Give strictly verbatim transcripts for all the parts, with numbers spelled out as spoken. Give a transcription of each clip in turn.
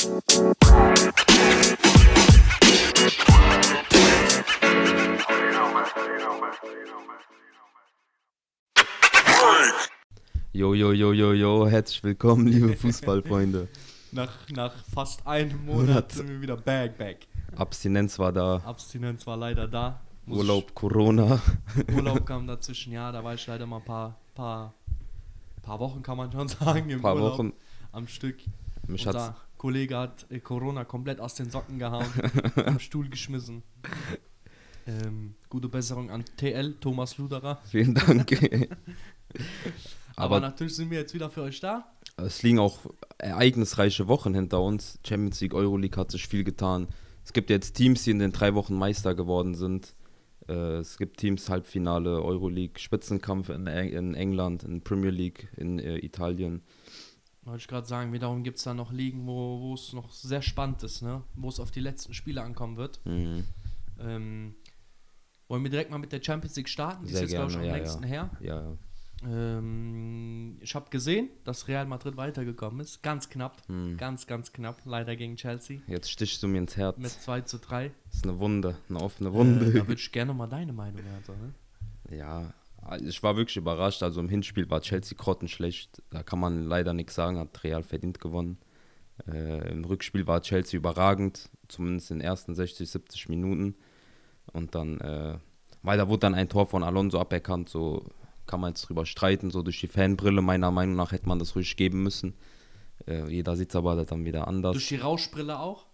Jo, jo, jo, jo, jo, herzlich willkommen, liebe Fußballfreunde. Nach, nach fast einem Monat sind wir wieder back, back. Abstinenz war da. Abstinenz war leider da. Muss Urlaub, ich, Corona. Urlaub kam dazwischen, ja, da war ich leider mal ein paar, paar, paar Wochen, kann man schon sagen, im paar Urlaub Wochen. Am Stück. Mich Unser hat's Kollege hat äh, Corona komplett aus den Socken gehauen, am Stuhl geschmissen. Ähm, gute Besserung an T L, Thomas Luderer. Vielen Dank. Aber, Aber natürlich sind wir jetzt wieder für euch da. Es liegen auch ereignisreiche Wochen hinter uns. Champions League, Euroleague hat sich viel getan. Es gibt jetzt Teams, die in den drei Wochen Meister geworden sind. Äh, es gibt Teams, Halbfinale, Euroleague, Spitzenkampf in, in England, in Premier League, in äh, Italien. Wollte ich gerade sagen, wiederum gibt es da noch Ligen, wo wo es noch sehr spannend ist, ne? Wo es auf die letzten Spiele ankommen wird. Mhm. Ähm, wollen wir direkt mal mit der Champions League starten? Die Sehr ist jetzt, glaube ich, gerne, am ja, längsten ja. her. Ja, ja. Ähm, ich habe gesehen, dass Real Madrid weitergekommen ist. Ganz knapp. Mhm. Ganz, ganz knapp. Leider gegen Chelsea. Jetzt stichst du mir ins Herz. Mit zwei zu drei. Das ist eine Wunde, eine offene Wunde. Äh, da würde ich gerne mal deine Meinung hören. So, ne? Ja, ich war wirklich überrascht. Also im Hinspiel war Chelsea grottenschlecht. Da kann man leider nichts sagen, hat Real verdient gewonnen. Äh, Im Rückspiel war Chelsea überragend, zumindest in den ersten sechzig, siebzig Minuten. Und dann, äh, weil da wurde dann ein Tor von Alonso aberkannt, so kann man jetzt drüber streiten, so durch die Fanbrille. Meiner Meinung nach hätte man das ruhig geben müssen. Äh, jeder sieht es aber dann wieder anders. Durch die Rauschbrille auch?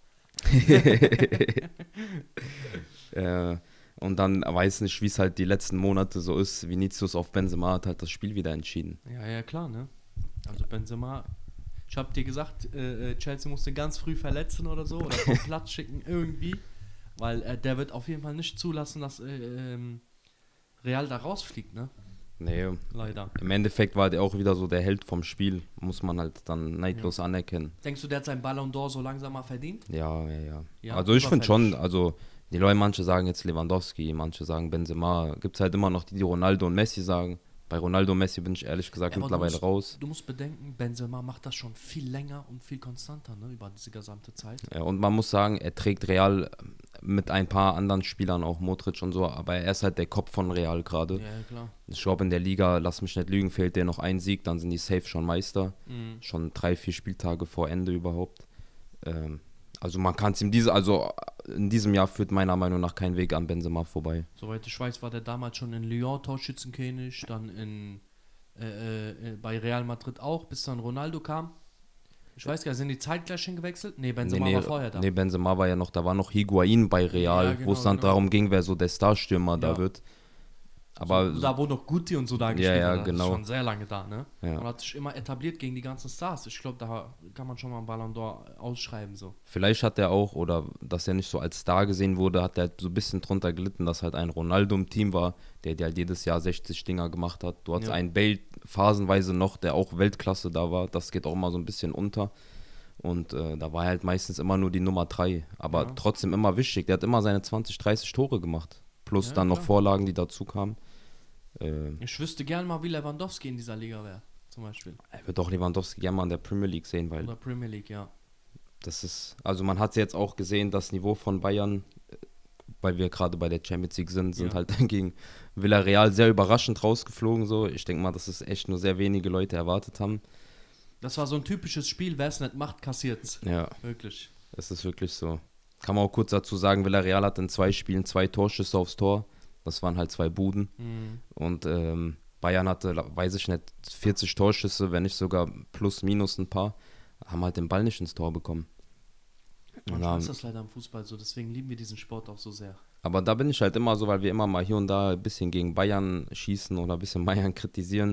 äh, Und dann weiß nicht, wie es halt die letzten Monate so ist. Vinicius auf Benzema hat halt das Spiel wieder entschieden. Ja, ja, klar, ne? Also Benzema, ich hab dir gesagt, äh, Chelsea musste ganz früh verletzen oder so, oder vom Platz schicken irgendwie, weil äh, der wird auf jeden Fall nicht zulassen, dass äh, ähm, Real da rausfliegt, ne? Nee, leider. Im Endeffekt war der auch wieder so der Held vom Spiel, muss man halt dann neidlos ja. anerkennen. Denkst du, der hat seinen Ballon d'Or so langsam mal verdient? Ja, ja, ja. ja also ich finde schon, also die Leute, manche sagen jetzt Lewandowski, manche sagen Benzema. Gibt es halt immer noch die, die Ronaldo und Messi sagen. Bei Ronaldo und Messi bin ich ehrlich gesagt ja, mittlerweile du musst, raus. Du musst bedenken, Benzema macht das schon viel länger und viel konstanter, ne, über diese gesamte Zeit. Ja, und man muss sagen, er trägt Real mit ein paar anderen Spielern, auch Modric und so, aber er ist halt der Kopf von Real gerade. Ja, klar. Ich glaube, in der Liga, lass mich nicht lügen, fehlt der noch ein Sieg, dann sind die safe schon Meister. Mhm. Schon drei, vier Spieltage vor Ende überhaupt. Ähm, also man kann es ihm diese, also in diesem Jahr führt meiner Meinung nach kein Weg an Benzema vorbei. Soweit ich weiß, war der damals schon in Lyon Torschützenkönig, dann in äh, äh, bei Real Madrid auch, bis dann Ronaldo kam. Ich weiß gar nicht, sind die zeitgleich hingewechselt? Nee, Benzema nee, nee, war vorher da. Nee, Benzema war ja noch, da war noch Higuain bei Real, ja, genau, wo es dann genau. darum ging, wer so der Starstürmer ja. da wird. Aber so, da wo noch Guti und so da gespielt ja, ja, hat, genau. ist schon sehr lange da, ne? Ja. Und hat sich immer etabliert gegen die ganzen Stars. Ich glaube, da kann man schon mal einen Ballon d'Or ausschreiben, so. Vielleicht hat er auch, oder dass er nicht so als Star gesehen wurde, hat er halt so ein bisschen drunter gelitten, dass halt ein Ronaldo im Team war, der, der halt jedes Jahr sechzig Dinger gemacht hat. Du hattest ja. einen Bale phasenweise noch, der auch Weltklasse da war. Das geht auch mal so ein bisschen unter. Und äh, da war er halt meistens immer nur die Nummer drei. Aber ja. trotzdem immer wichtig. Der hat immer seine zwanzig, dreißig Tore gemacht. Plus ja, dann klar. noch Vorlagen, die dazu kamen. Äh, ich wüsste gern mal, wie Lewandowski in dieser Liga wäre, zum Beispiel. Er wird auch Lewandowski gerne mal in der Premier League sehen, weil... Oder Premier League, ja. Das ist, also man hat jetzt auch gesehen, das Niveau von Bayern, weil wir gerade bei der Champions League sind, sind ja. halt gegen Villarreal sehr überraschend rausgeflogen. So. Ich denke mal, dass es echt nur sehr wenige Leute erwartet haben. Das war so ein typisches Spiel, wer es nicht macht, kassiert's. Ja. Wirklich. Das ist wirklich so. Kann man auch kurz dazu sagen, Villarreal hat in zwei Spielen zwei Torschüsse aufs Tor. Das waren halt zwei Buden. Mhm. Und ähm, Bayern hatte, weiß ich nicht, vierzig Torschüsse, wenn nicht sogar plus, minus ein paar. Haben halt den Ball nicht ins Tor bekommen. Manchmal ist das leider im Fußball so, deswegen lieben wir diesen Sport auch so sehr. Aber da bin ich halt immer so, weil wir immer mal hier und da ein bisschen gegen Bayern schießen oder ein bisschen Bayern kritisieren.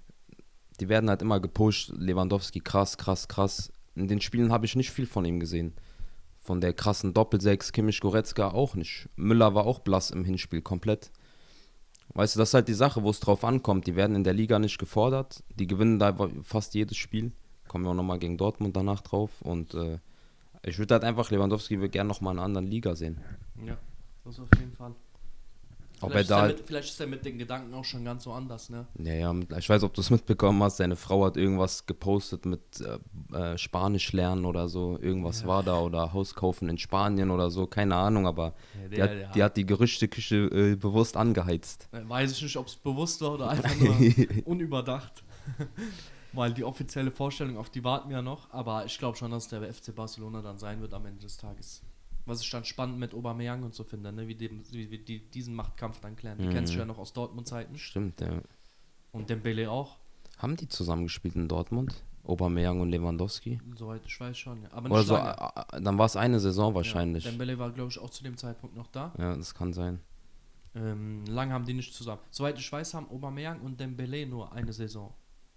Die werden halt immer gepusht, Lewandowski krass, krass, krass. In den Spielen habe ich nicht viel von ihm gesehen. Von der krassen Doppelsechs, Kimmich, Goretzka auch nicht. Müller war auch blass im Hinspiel, komplett. Weißt du, das ist halt die Sache, wo es drauf ankommt. Die werden in der Liga nicht gefordert. Die gewinnen da fast jedes Spiel. Kommen wir auch nochmal gegen Dortmund danach drauf. Und äh, ich würde halt einfach Lewandowski gerne nochmal in einer anderen Liga sehen. Ja, das auf jeden Fall. Ob Vielleicht er ist, da er mit, vielleicht ist er mit den Gedanken auch schon ganz so anders, ne? Ja, ja, mit- ich weiß, ob du es mitbekommen hast, seine Frau hat irgendwas gepostet mit äh, äh, Spanisch lernen oder so, irgendwas Ja. war da oder Haus kaufen in Spanien oder so, keine Ahnung, aber Ja, die der, hat, der die hat die Gerüchteküche äh, bewusst angeheizt. Äh, Weiß ich nicht, ob es bewusst war oder einfach nur unüberdacht. Weil die offizielle Vorstellung, auf die warten wir ja noch. Aber ich glaube schon, dass der F C Barcelona dann sein wird am Ende des Tages. Was ich dann spannend mit Aubameyang und so finde, ne? wie, dem, wie, wie die diesen Machtkampf dann klären. Die Mhm. kennst du ja noch aus Dortmund-Zeiten. Stimmt, ja. Und Dembele auch, Haben die zusammen gespielt in Dortmund? Aubameyang und Lewandowski? soweit ich weiß schon. Ja. Aber Oder nicht so, lange. äh, äh, dann war es eine Saison wahrscheinlich. Ja, Ja, Dembele war, glaube ich, auch zu dem Zeitpunkt noch da. das kann sein. Ähm, lang haben die nicht zusammen. Soweit ich weiß, haben Aubameyang und Dembele nur eine Saison.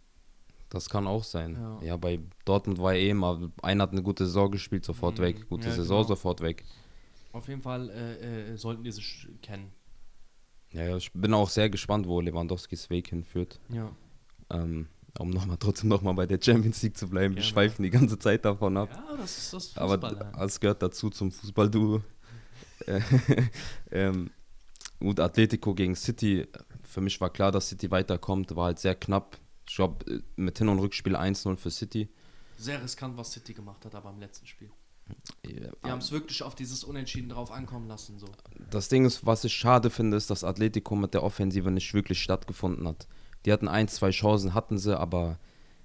Das kann auch sein. Ja. Ja, bei Dortmund war eh immer, einer hat eine gute Saison gespielt, sofort Mhm. weg. Gute Ja, Saison, genau. sofort weg. Auf jeden Fall äh, äh, sollten die sich kennen. Ja, ja, ich bin auch sehr gespannt, wo Lewandowskis Weg hinführt. Ja. Ähm, um nochmal trotzdem nochmal bei der Champions League zu bleiben. Wir Gerne. schweifen die ganze Zeit davon ab. Ja, das ist das Aber Fußball. d- es gehört dazu zum Fußball-Duo. Äh, ähm, gut, Atletico gegen City. Für mich war klar, dass City weiterkommt. War halt sehr knapp. Ich glaube, mit Hin- und Rückspiel eins null für City. Sehr riskant, was City gemacht hat, aber im letzten Spiel. Ja, Die haben es wirklich auf dieses Unentschieden drauf ankommen lassen. So. Das Ding ist, was ich schade finde, ist, dass Atletico mit der Offensive nicht wirklich stattgefunden hat. Die hatten ein, zwei Chancen, hatten sie, aber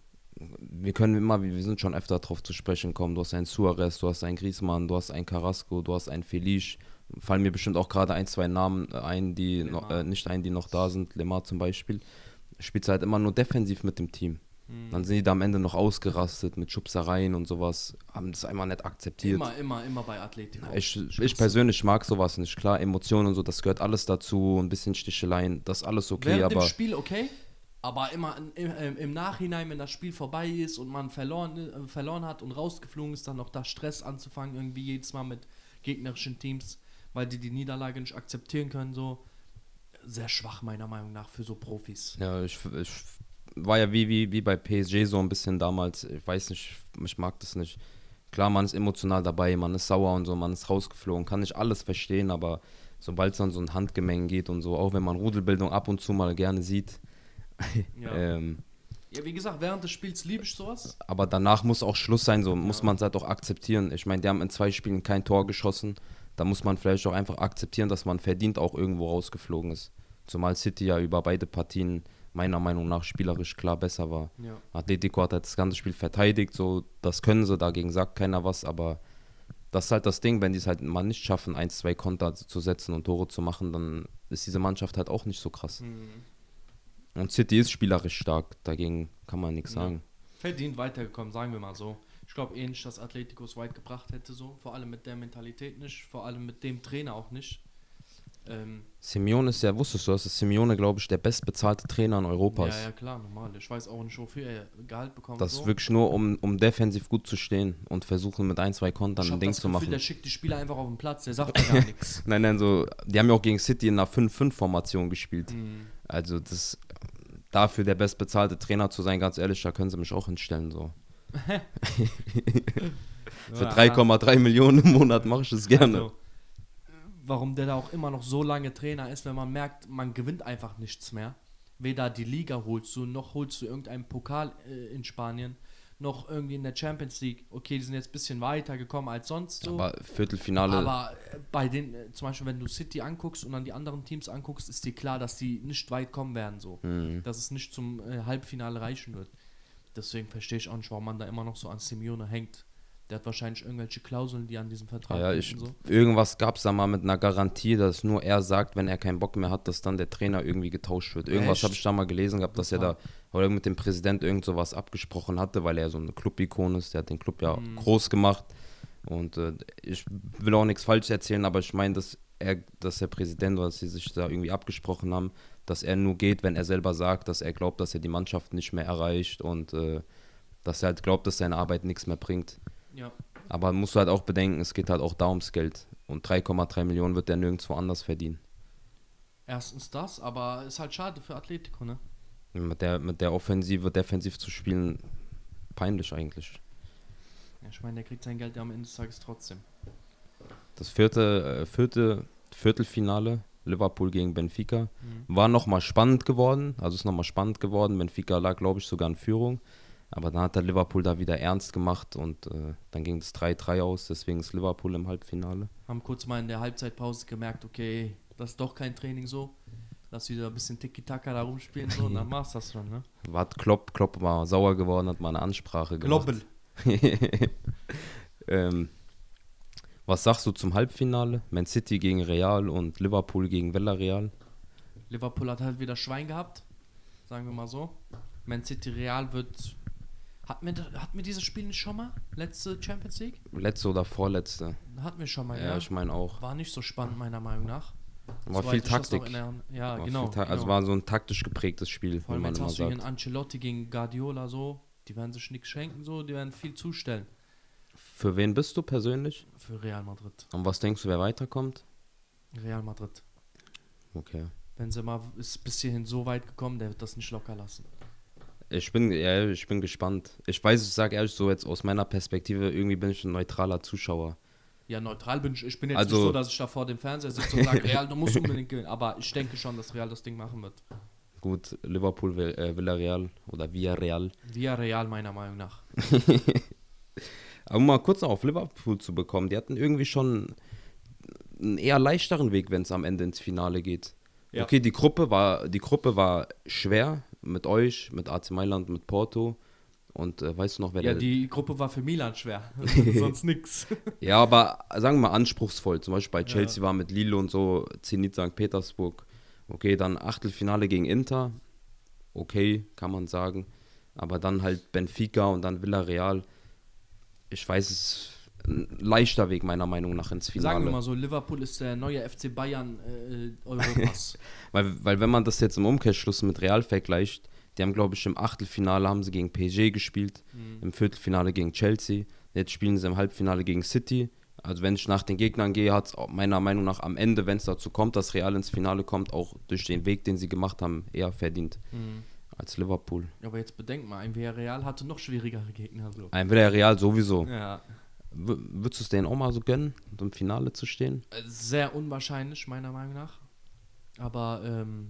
wir können immer, wir sind schon öfter darauf zu sprechen kommen. Du hast einen Suarez, du hast einen Griezmann, du hast einen Carrasco, du hast einen Felice. Fallen mir bestimmt auch gerade ein, zwei Namen ein, die noch, äh, nicht ein, die noch da sind. Lemar zum Beispiel. Spielt halt immer nur defensiv mit dem Team. Mhm. Dann sind die da am Ende noch ausgerastet mit Schubsereien und sowas. Haben das einmal nicht akzeptiert. Immer, immer, immer bei Atletico. Ich, ich persönlich mag sowas nicht. Klar, Emotionen und so, das gehört alles dazu. Ein bisschen Sticheleien, das ist alles okay, Während aber dem Spiel okay, aber immer im, im, im Nachhinein, wenn das Spiel vorbei ist und man verloren, äh, verloren hat und rausgeflogen ist, dann noch da Stress anzufangen, irgendwie jedes Mal mit gegnerischen Teams, weil die die Niederlage nicht akzeptieren können, so. Sehr schwach meiner Meinung nach für so Profis. ja, ich, ich war ja wie, wie, wie bei P S G so ein bisschen damals. Ich weiß nicht, ich mag das nicht. Klar, man ist emotional dabei, man ist sauer und so, man ist rausgeflogen, kann nicht alles verstehen, aber sobald es dann so ein Handgemeng geht und so, auch wenn man Rudelbildung ab und zu mal gerne sieht, Ja. ähm, Ja, wie gesagt, während des Spiels liebe ich sowas. aber danach muss auch Schluss sein, so muss Ja. man es halt auch akzeptieren. Ich meine, die haben in zwei Spielen kein Tor geschossen, da muss man vielleicht auch einfach akzeptieren, dass man verdient auch irgendwo rausgeflogen ist. Zumal City ja über beide Partien meiner Meinung nach spielerisch klar besser war. Ja. Atletico hat halt das ganze Spiel verteidigt, so das können sie, dagegen sagt keiner was, aber das ist halt das Ding, wenn die es halt mal nicht schaffen, ein, zwei Konter zu setzen und Tore zu machen, dann ist diese Mannschaft halt auch nicht so krass. Mhm. Und City ist spielerisch stark, dagegen kann man nichts Ja. sagen. Verdient weitergekommen, sagen wir mal so. Ich glaube eh nicht, dass Atletico es weit gebracht hätte, so. Vor allem mit der Mentalität nicht, vor allem mit dem Trainer auch nicht. Ähm, Simeone ist ja, wusstest du, das ist Simeone, glaube ich, der bestbezahlte Trainer in Europa. ja, ja, klar, normal. Ich weiß auch nicht, wofür er Gehalt bekommt. Das so. ist wirklich nur, um, um defensiv gut zu stehen und versuchen mit ein, zwei Kontern Ich ein hab Ding das zu Gefühl, machen. der schickt die Spieler einfach auf den Platz, der sagt ja gar nichts. Nein, nein, so, die haben ja auch gegen City in einer fünf fünf Formation gespielt. Mhm. Also das, dafür der bestbezahlte Trainer zu sein, ganz ehrlich, da können sie mich auch hinstellen, so. Für Ja, drei Komma drei Millionen im Monat mache ich es gerne. Also, warum der da auch immer noch so lange Trainer ist, wenn man merkt, man gewinnt einfach nichts mehr. Weder die Liga holst du, noch holst du irgendeinen Pokal äh, in Spanien, noch irgendwie in der Champions League. Okay, die sind jetzt ein bisschen weiter gekommen als sonst so. Aber Viertelfinale, Aber äh, bei den, äh, zum Beispiel, wenn du City anguckst und dann die anderen Teams anguckst, ist dir klar, dass die nicht weit kommen werden, so. Mhm. Dass es nicht zum äh, Halbfinale reichen wird. Deswegen verstehe ich auch nicht, warum man da immer noch so an Simeone hängt. Der hat wahrscheinlich irgendwelche Klauseln, die an diesem Vertrag ja, sind ich, und so. irgendwas gab es da mal mit einer Garantie, dass nur er sagt, wenn er keinen Bock mehr hat, dass dann der Trainer irgendwie getauscht wird. Irgendwas Echt? habe ich da mal gelesen gehabt, dass er da oder mit dem Präsident irgend sowas abgesprochen hatte, weil er so eine Club-Ikon ist. Der hat den Club ja Mhm. groß gemacht. Und äh, ich will auch nichts falsch erzählen, aber ich meine, dass er, dass der Präsident oder dass sie sich da irgendwie abgesprochen haben, dass er nur geht, wenn er selber sagt, dass er glaubt, dass er die Mannschaft nicht mehr erreicht und äh, dass er halt glaubt, dass seine Arbeit nichts mehr bringt. Ja. Aber musst du halt auch bedenken, es geht halt auch da ums Geld. Und drei Komma drei Millionen wird der nirgendwo anders verdienen. Erstens das, aber ist halt schade für Atletico, ne? Mit der, mit der Offensive defensiv zu spielen, peinlich eigentlich. Ja, ich meine, der kriegt sein Geld ja am Ende des Tages trotzdem. Das vierte, äh, vierte Viertelfinale Liverpool gegen Benfica. Mhm. War nochmal spannend geworden, also ist nochmal spannend geworden. Benfica lag, glaube ich, sogar in Führung. Aber dann hat der Liverpool da wieder ernst gemacht und äh, dann ging es drei drei aus, deswegen ist Liverpool im Halbfinale. Haben kurz mal in der Halbzeitpause gemerkt, okay, das ist doch kein Training so. Lass wieder ein bisschen Tiki-Taka da rumspielen so und dann machst du das schon, ne? War Klopp, Klopp war sauer geworden, hat mal eine Ansprache gemacht. Globbel. ähm, was sagst du zum Halbfinale? Man City gegen Real und Liverpool gegen Villarreal. Liverpool hat halt wieder Schwein gehabt, sagen wir mal so. Man City Real wird... Hatten wir, hatten wir dieses Spiel nicht schon mal? Letzte Champions League? Letzte oder vorletzte. Hatten wir schon mal, ja. Ja, ich meine auch. War nicht so spannend, meiner Meinung nach. War Soweit viel ich das noch Taktik. in der- Ja, War genau, viel Ta- genau. Also war so ein taktisch geprägtes Spiel, Vor wie allem man jetzt immer hast du hier einen sagt. Ancelotti gegen Guardiola so. Die werden sich nichts schenken so. Die werden viel zustellen Für wen bist du persönlich? für Real Madrid. Und was denkst du, wer weiterkommt? Real Madrid. Okay. Benzema ist bis hierhin so weit gekommen, der wird das nicht locker lassen. Ich bin, ja, ich bin gespannt. Ich weiß, ich sage ehrlich so jetzt aus meiner Perspektive, irgendwie bin ich ein neutraler Zuschauer. Ja, neutral bin ich. Ich bin jetzt Also- nicht so, dass ich da vor dem Fernseher sitze und sage, Real, du musst unbedingt gewinnen. Aber ich denke schon, dass Real das Ding machen wird. Gut, Liverpool, Vill- äh, Villarreal oder Villarreal. Via Real meiner Meinung nach. Aber um mal kurz noch auf Liverpool zu bekommen, die hatten irgendwie schon einen eher leichteren Weg, wenn es am Ende ins Finale geht. Ja. Okay, die Gruppe war, die Gruppe war schwer mit euch, mit A C Mailand, mit Porto. Und äh, weißt du noch, wer Ja, der... die Gruppe war für Milan schwer. Sonst nix. Ja, aber sagen wir mal anspruchsvoll. Zum Beispiel bei Chelsea war mit Lille und so, Zenit Sankt Petersburg. Okay, dann Achtelfinale gegen Inter. Okay, kann man sagen. Aber dann halt Benfica und dann Villarreal. Ich weiß, es ist ein leichter Weg meiner Meinung nach ins Finale. Sagen wir mal so, Liverpool ist der neue F C Bayern äh, Europas. Weil, weil wenn man das jetzt im Umkehrschluss mit Real vergleicht, die haben, glaube ich, im Achtelfinale haben sie gegen P S G gespielt, Mhm. im Viertelfinale gegen Chelsea, jetzt spielen sie im Halbfinale gegen City. Also wenn ich nach den Gegnern gehe, hat es meiner Meinung nach am Ende, wenn es dazu kommt, dass Real ins Finale kommt, auch durch den Weg, den sie gemacht haben, eher verdient Mhm. als Liverpool. Aber jetzt bedenk mal, ein Villarreal hatte noch schwierigere Gegner. So. Ein Villarreal sowieso. Ja. W- Würdest du es denen auch mal so gönnen, so im Finale zu stehen? Äh, Sehr unwahrscheinlich, meiner Meinung nach. Aber ähm,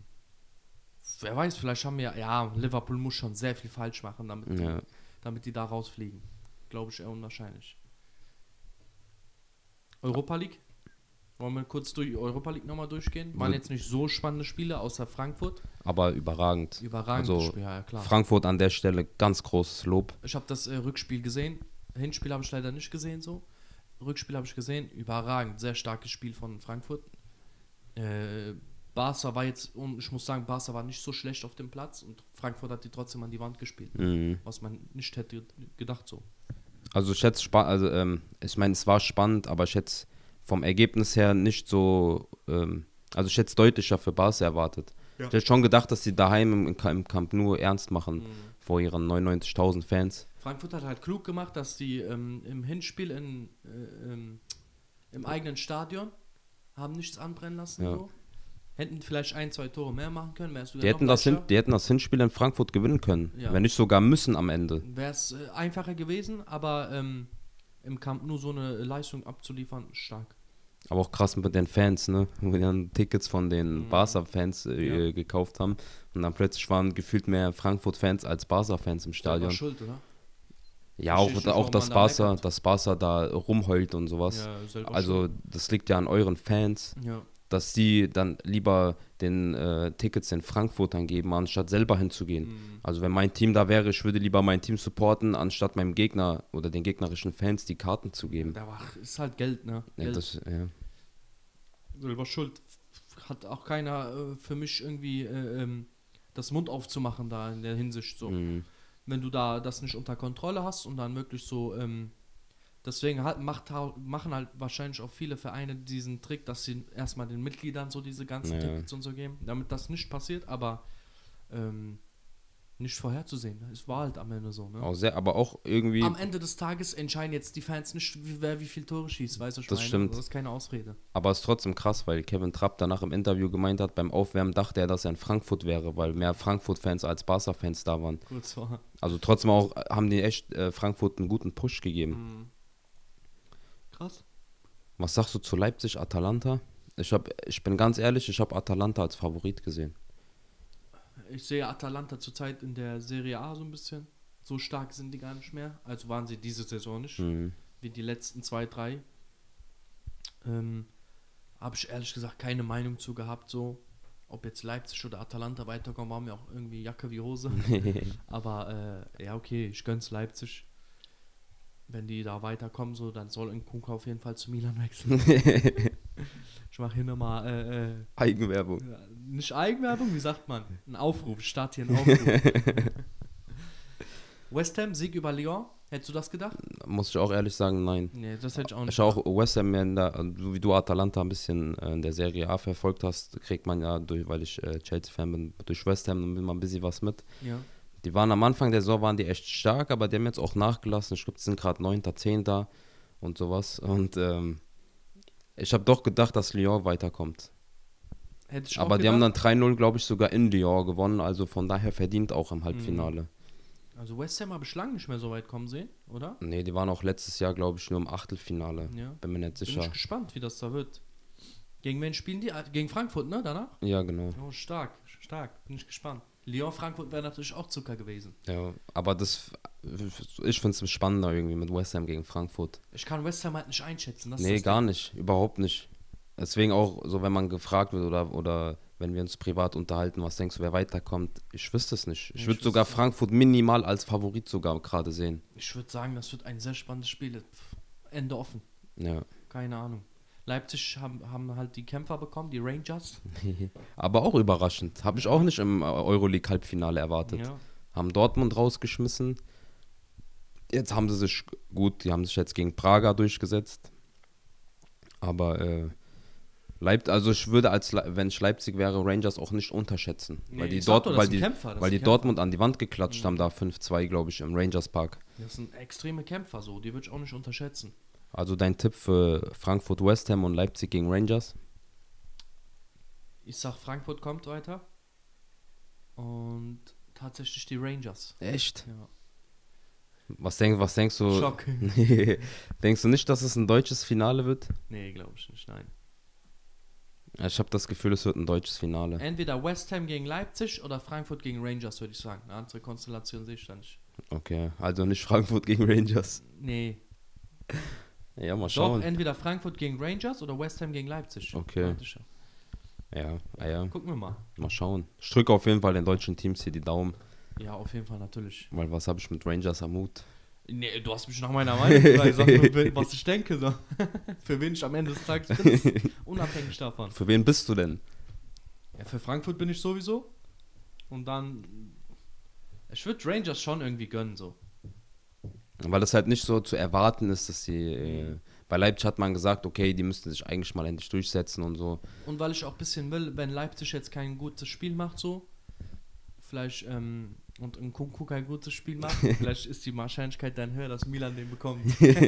wer weiß, vielleicht haben wir, ja, Liverpool muss schon sehr viel falsch machen, damit, die, Ja. damit die da rausfliegen. Glaube ich eher unwahrscheinlich. Europa League? Wollen wir kurz durch Europa League nochmal durchgehen? Waren Wür- jetzt nicht so spannende Spiele, außer Frankfurt. Aber überragend. Überragendes Also, Spiel, ja klar. Frankfurt an der Stelle ganz großes Lob. Ich habe das äh, Rückspiel gesehen. Hinspiel habe ich leider nicht gesehen so. Rückspiel habe ich gesehen. Überragend. Sehr starkes Spiel von Frankfurt. Äh, Barca war jetzt, und ich muss sagen, Barca war nicht so schlecht auf dem Platz und Frankfurt hat die trotzdem an die Wand gespielt. Mhm. Was man nicht hätte gedacht so. Also ich schätze, spa- also ähm, ich meine, es war spannend, aber ich schätze vom Ergebnis her nicht so, ähm, also ich hätte es deutlicher für Barca erwartet. Ja. Ich hätte schon gedacht, dass sie daheim im, im Ca- im Camp Nou ernst machen Mhm. vor ihren neunundneunzigtausend Fans. Frankfurt hat halt klug gemacht, dass die ähm, im Hinspiel in, äh, ähm, im eigenen Stadion haben nichts anbrennen lassen. Ja. So. Hätten vielleicht ein, zwei Tore mehr machen können. Wärst du Die hätten, das hin, die hätten das Hinspiel in Frankfurt gewinnen können, Ja. wenn nicht sogar müssen am Ende. Wäre es äh, einfacher gewesen, aber ähm, im Camp nur so eine Leistung abzuliefern, stark. Aber auch krass mit den Fans, ne? Wo die dann Tickets von den Mhm. Barca-Fans äh, Ja. gekauft haben. Und dann plötzlich waren gefühlt mehr Frankfurt-Fans als Barca-Fans im Stadion. Selber schuld, oder? Ja, Verstehe auch, ich nicht, auch warum dass man da Barca, meckert. dass Barca da rumheult und sowas. Ja, selber Also das liegt ja an euren Fans, schuld. Ja. dass die dann lieber den äh, Tickets in Frankfurt dann geben, anstatt selber hinzugehen. Mhm. Also wenn mein Team da wäre, ich würde lieber mein Team supporten, anstatt meinem Gegner oder den gegnerischen Fans die Karten zu geben. Da war, ist halt Geld, ne? Ja, Geld. das, ja. Selber schuld. Hat auch keiner äh, für mich irgendwie äh, ähm, das Mund aufzumachen da in der Hinsicht so. Mhm. Wenn du da das nicht unter Kontrolle hast und dann wirklich so, ähm, deswegen halt macht, hau- machen halt wahrscheinlich auch viele Vereine diesen Trick, dass sie erstmal den Mitgliedern so diese ganzen Ja. Tickets und so geben, damit das nicht passiert, aber ähm, nicht vorherzusehen. Es war halt am Ende so, ne? Auch sehr, aber auch irgendwie, Am Ende des Tages entscheiden jetzt die Fans nicht, wie, wer wie viel Tore schießt, weißt du, Das Schweine? stimmt. Das ist keine Ausrede. aber es ist trotzdem krass, weil Kevin Trapp danach im Interview gemeint hat, beim Aufwärmen dachte er, dass er in Frankfurt wäre, weil mehr Frankfurt-Fans als Barca-Fans da waren. Kurz vor. Also trotzdem auch äh, haben die echt äh, Frankfurt einen guten Push gegeben. Mhm. Krass. Was sagst du zu Leipzig, Atalanta? Ich, hab, ich bin ganz ehrlich, ich habe Atalanta als Favorit gesehen. Ich sehe Atalanta zurzeit in der Serie A so ein bisschen. So stark sind die gar nicht mehr. Also waren sie diese Saison nicht. Mhm. Wie die letzten zwei, drei. Ähm, habe ich ehrlich gesagt keine Meinung zu gehabt, so. Ob jetzt Leipzig oder Atalanta weiterkommen, war mir auch irgendwie Jacke wie Hose. Aber äh, ja, okay, ich gönn's Leipzig. Wenn die da weiterkommen, so, dann soll Nkunku auf jeden Fall zu Milan wechseln. Ich mache hier nochmal äh, äh, Eigenwerbung. nicht Eigenwerbung, wie sagt man? Ein Aufruf, ich starte hier einen Aufruf. West Ham, Sieg über Lyon. Hättest du das gedacht? Muss ich auch ehrlich sagen, nein. Nee, das hätte ich auch nicht Ich auch West Ham, in der, so wie du Atalanta ein bisschen äh, in der Serie A verfolgt hast, kriegt man ja, durch, weil ich äh, Chelsea-Fan bin, durch West Ham nimmt man ein bisschen was mit. Ja. Die waren am Anfang der Saison waren die echt stark, aber die haben jetzt auch nachgelassen. Ich glaube, die sind gerade neunter, zehnter und sowas. Und ähm, ich habe doch gedacht, dass Lyon weiterkommt. Hätte ich Aber auch die haben gedacht. dann drei null, glaube ich, sogar in Lyon gewonnen. Also von daher verdient auch im Halbfinale. Also West Ham habe ich lange nicht mehr so weit kommen sehen, oder? Nee, die waren auch letztes Jahr, glaube ich, nur im Achtelfinale. Ja. Bin mir nicht Bin sicher. ich gespannt, wie das da wird. Gegen wen spielen die? Ah, gegen Frankfurt, ne? Danach? Ja, genau. Oh, stark, stark. Bin ich gespannt. Lyon-Frankfurt wäre natürlich auch Zucker gewesen. Ja, aber das, ich finde es spannender irgendwie mit West Ham gegen Frankfurt. Ich kann West Ham halt nicht einschätzen. Das Nee, ist das gar Ding. nicht. Überhaupt nicht. Deswegen auch, so wenn man gefragt wird oder, oder wenn wir uns privat unterhalten, was denkst du, wer weiterkommt? Ich wüsste es nicht. Ich Ich würde wüsste sogar es nicht. Frankfurt minimal als Favorit sogar gerade sehen. Ich würde sagen, das wird ein sehr spannendes Spiel. Pff, Ende offen. Ja. Keine Ahnung. Leipzig haben, haben halt die Kämpfer bekommen, die Rangers. Aber auch überraschend. Habe ich auch nicht im Euroleague-Halbfinale erwartet. Ja. Haben Dortmund rausgeschmissen. Jetzt haben sie sich, gut, die haben sich jetzt gegen Praga durchgesetzt. Aber äh, Leipzig, also ich würde, als Le- wenn ich Leipzig wäre, Rangers auch nicht unterschätzen. Nee, weil die, ich sag Dort, doch, das weil sind die, Kämpfer, das weil sind die Kämpfer. Dortmund an die Wand geklatscht Mhm. haben, da fünf zwei, glaube ich, im Rangers Park. Das sind extreme Kämpfer so, die würde ich auch nicht unterschätzen. Also dein Tipp für Frankfurt, West Ham und Leipzig gegen Rangers? Ich sag, Frankfurt kommt weiter. Und tatsächlich die Rangers. Echt? Ja. Was, denk, was denkst du? Schock. Denkst du nicht, dass es ein deutsches Finale wird? Nee, glaube ich nicht, nein. Ich habe das Gefühl, es wird ein deutsches Finale. Entweder West Ham gegen Leipzig oder Frankfurt gegen Rangers, würde ich sagen. Eine andere Konstellation sehe ich da nicht. Okay, also nicht Frankfurt gegen Rangers. Nee. Ja, mal Doch, schauen. entweder Frankfurt gegen Rangers oder West Ham gegen Leipzig. Okay. Meinte ich ja. Ja, ah ja, Gucken wir mal. mal schauen. Ich drücke auf jeden Fall den deutschen Teams hier die Daumen, Ja, auf jeden Fall natürlich. weil was habe ich mit Rangers am Hut? Nee, du hast mich nach meiner Meinung gefragt. Ich sag nur, wen- was ich denke. So. Für wen ich am Ende des Tages bin, unabhängig davon. Für wen bist du denn? Ja, für Frankfurt bin ich sowieso. Und dann. Ich würde Rangers schon irgendwie gönnen, so. Weil es halt nicht so zu erwarten ist, dass sie. Äh, bei Leipzig hat man gesagt, okay, die müssten sich eigentlich mal endlich durchsetzen und so. Und weil ich auch ein bisschen will, wenn Leipzig jetzt kein gutes Spiel macht, so. Vielleicht, ähm, und Nkunku kein gutes Spiel macht, vielleicht ist die Wahrscheinlichkeit dann höher, dass Milan den bekommt.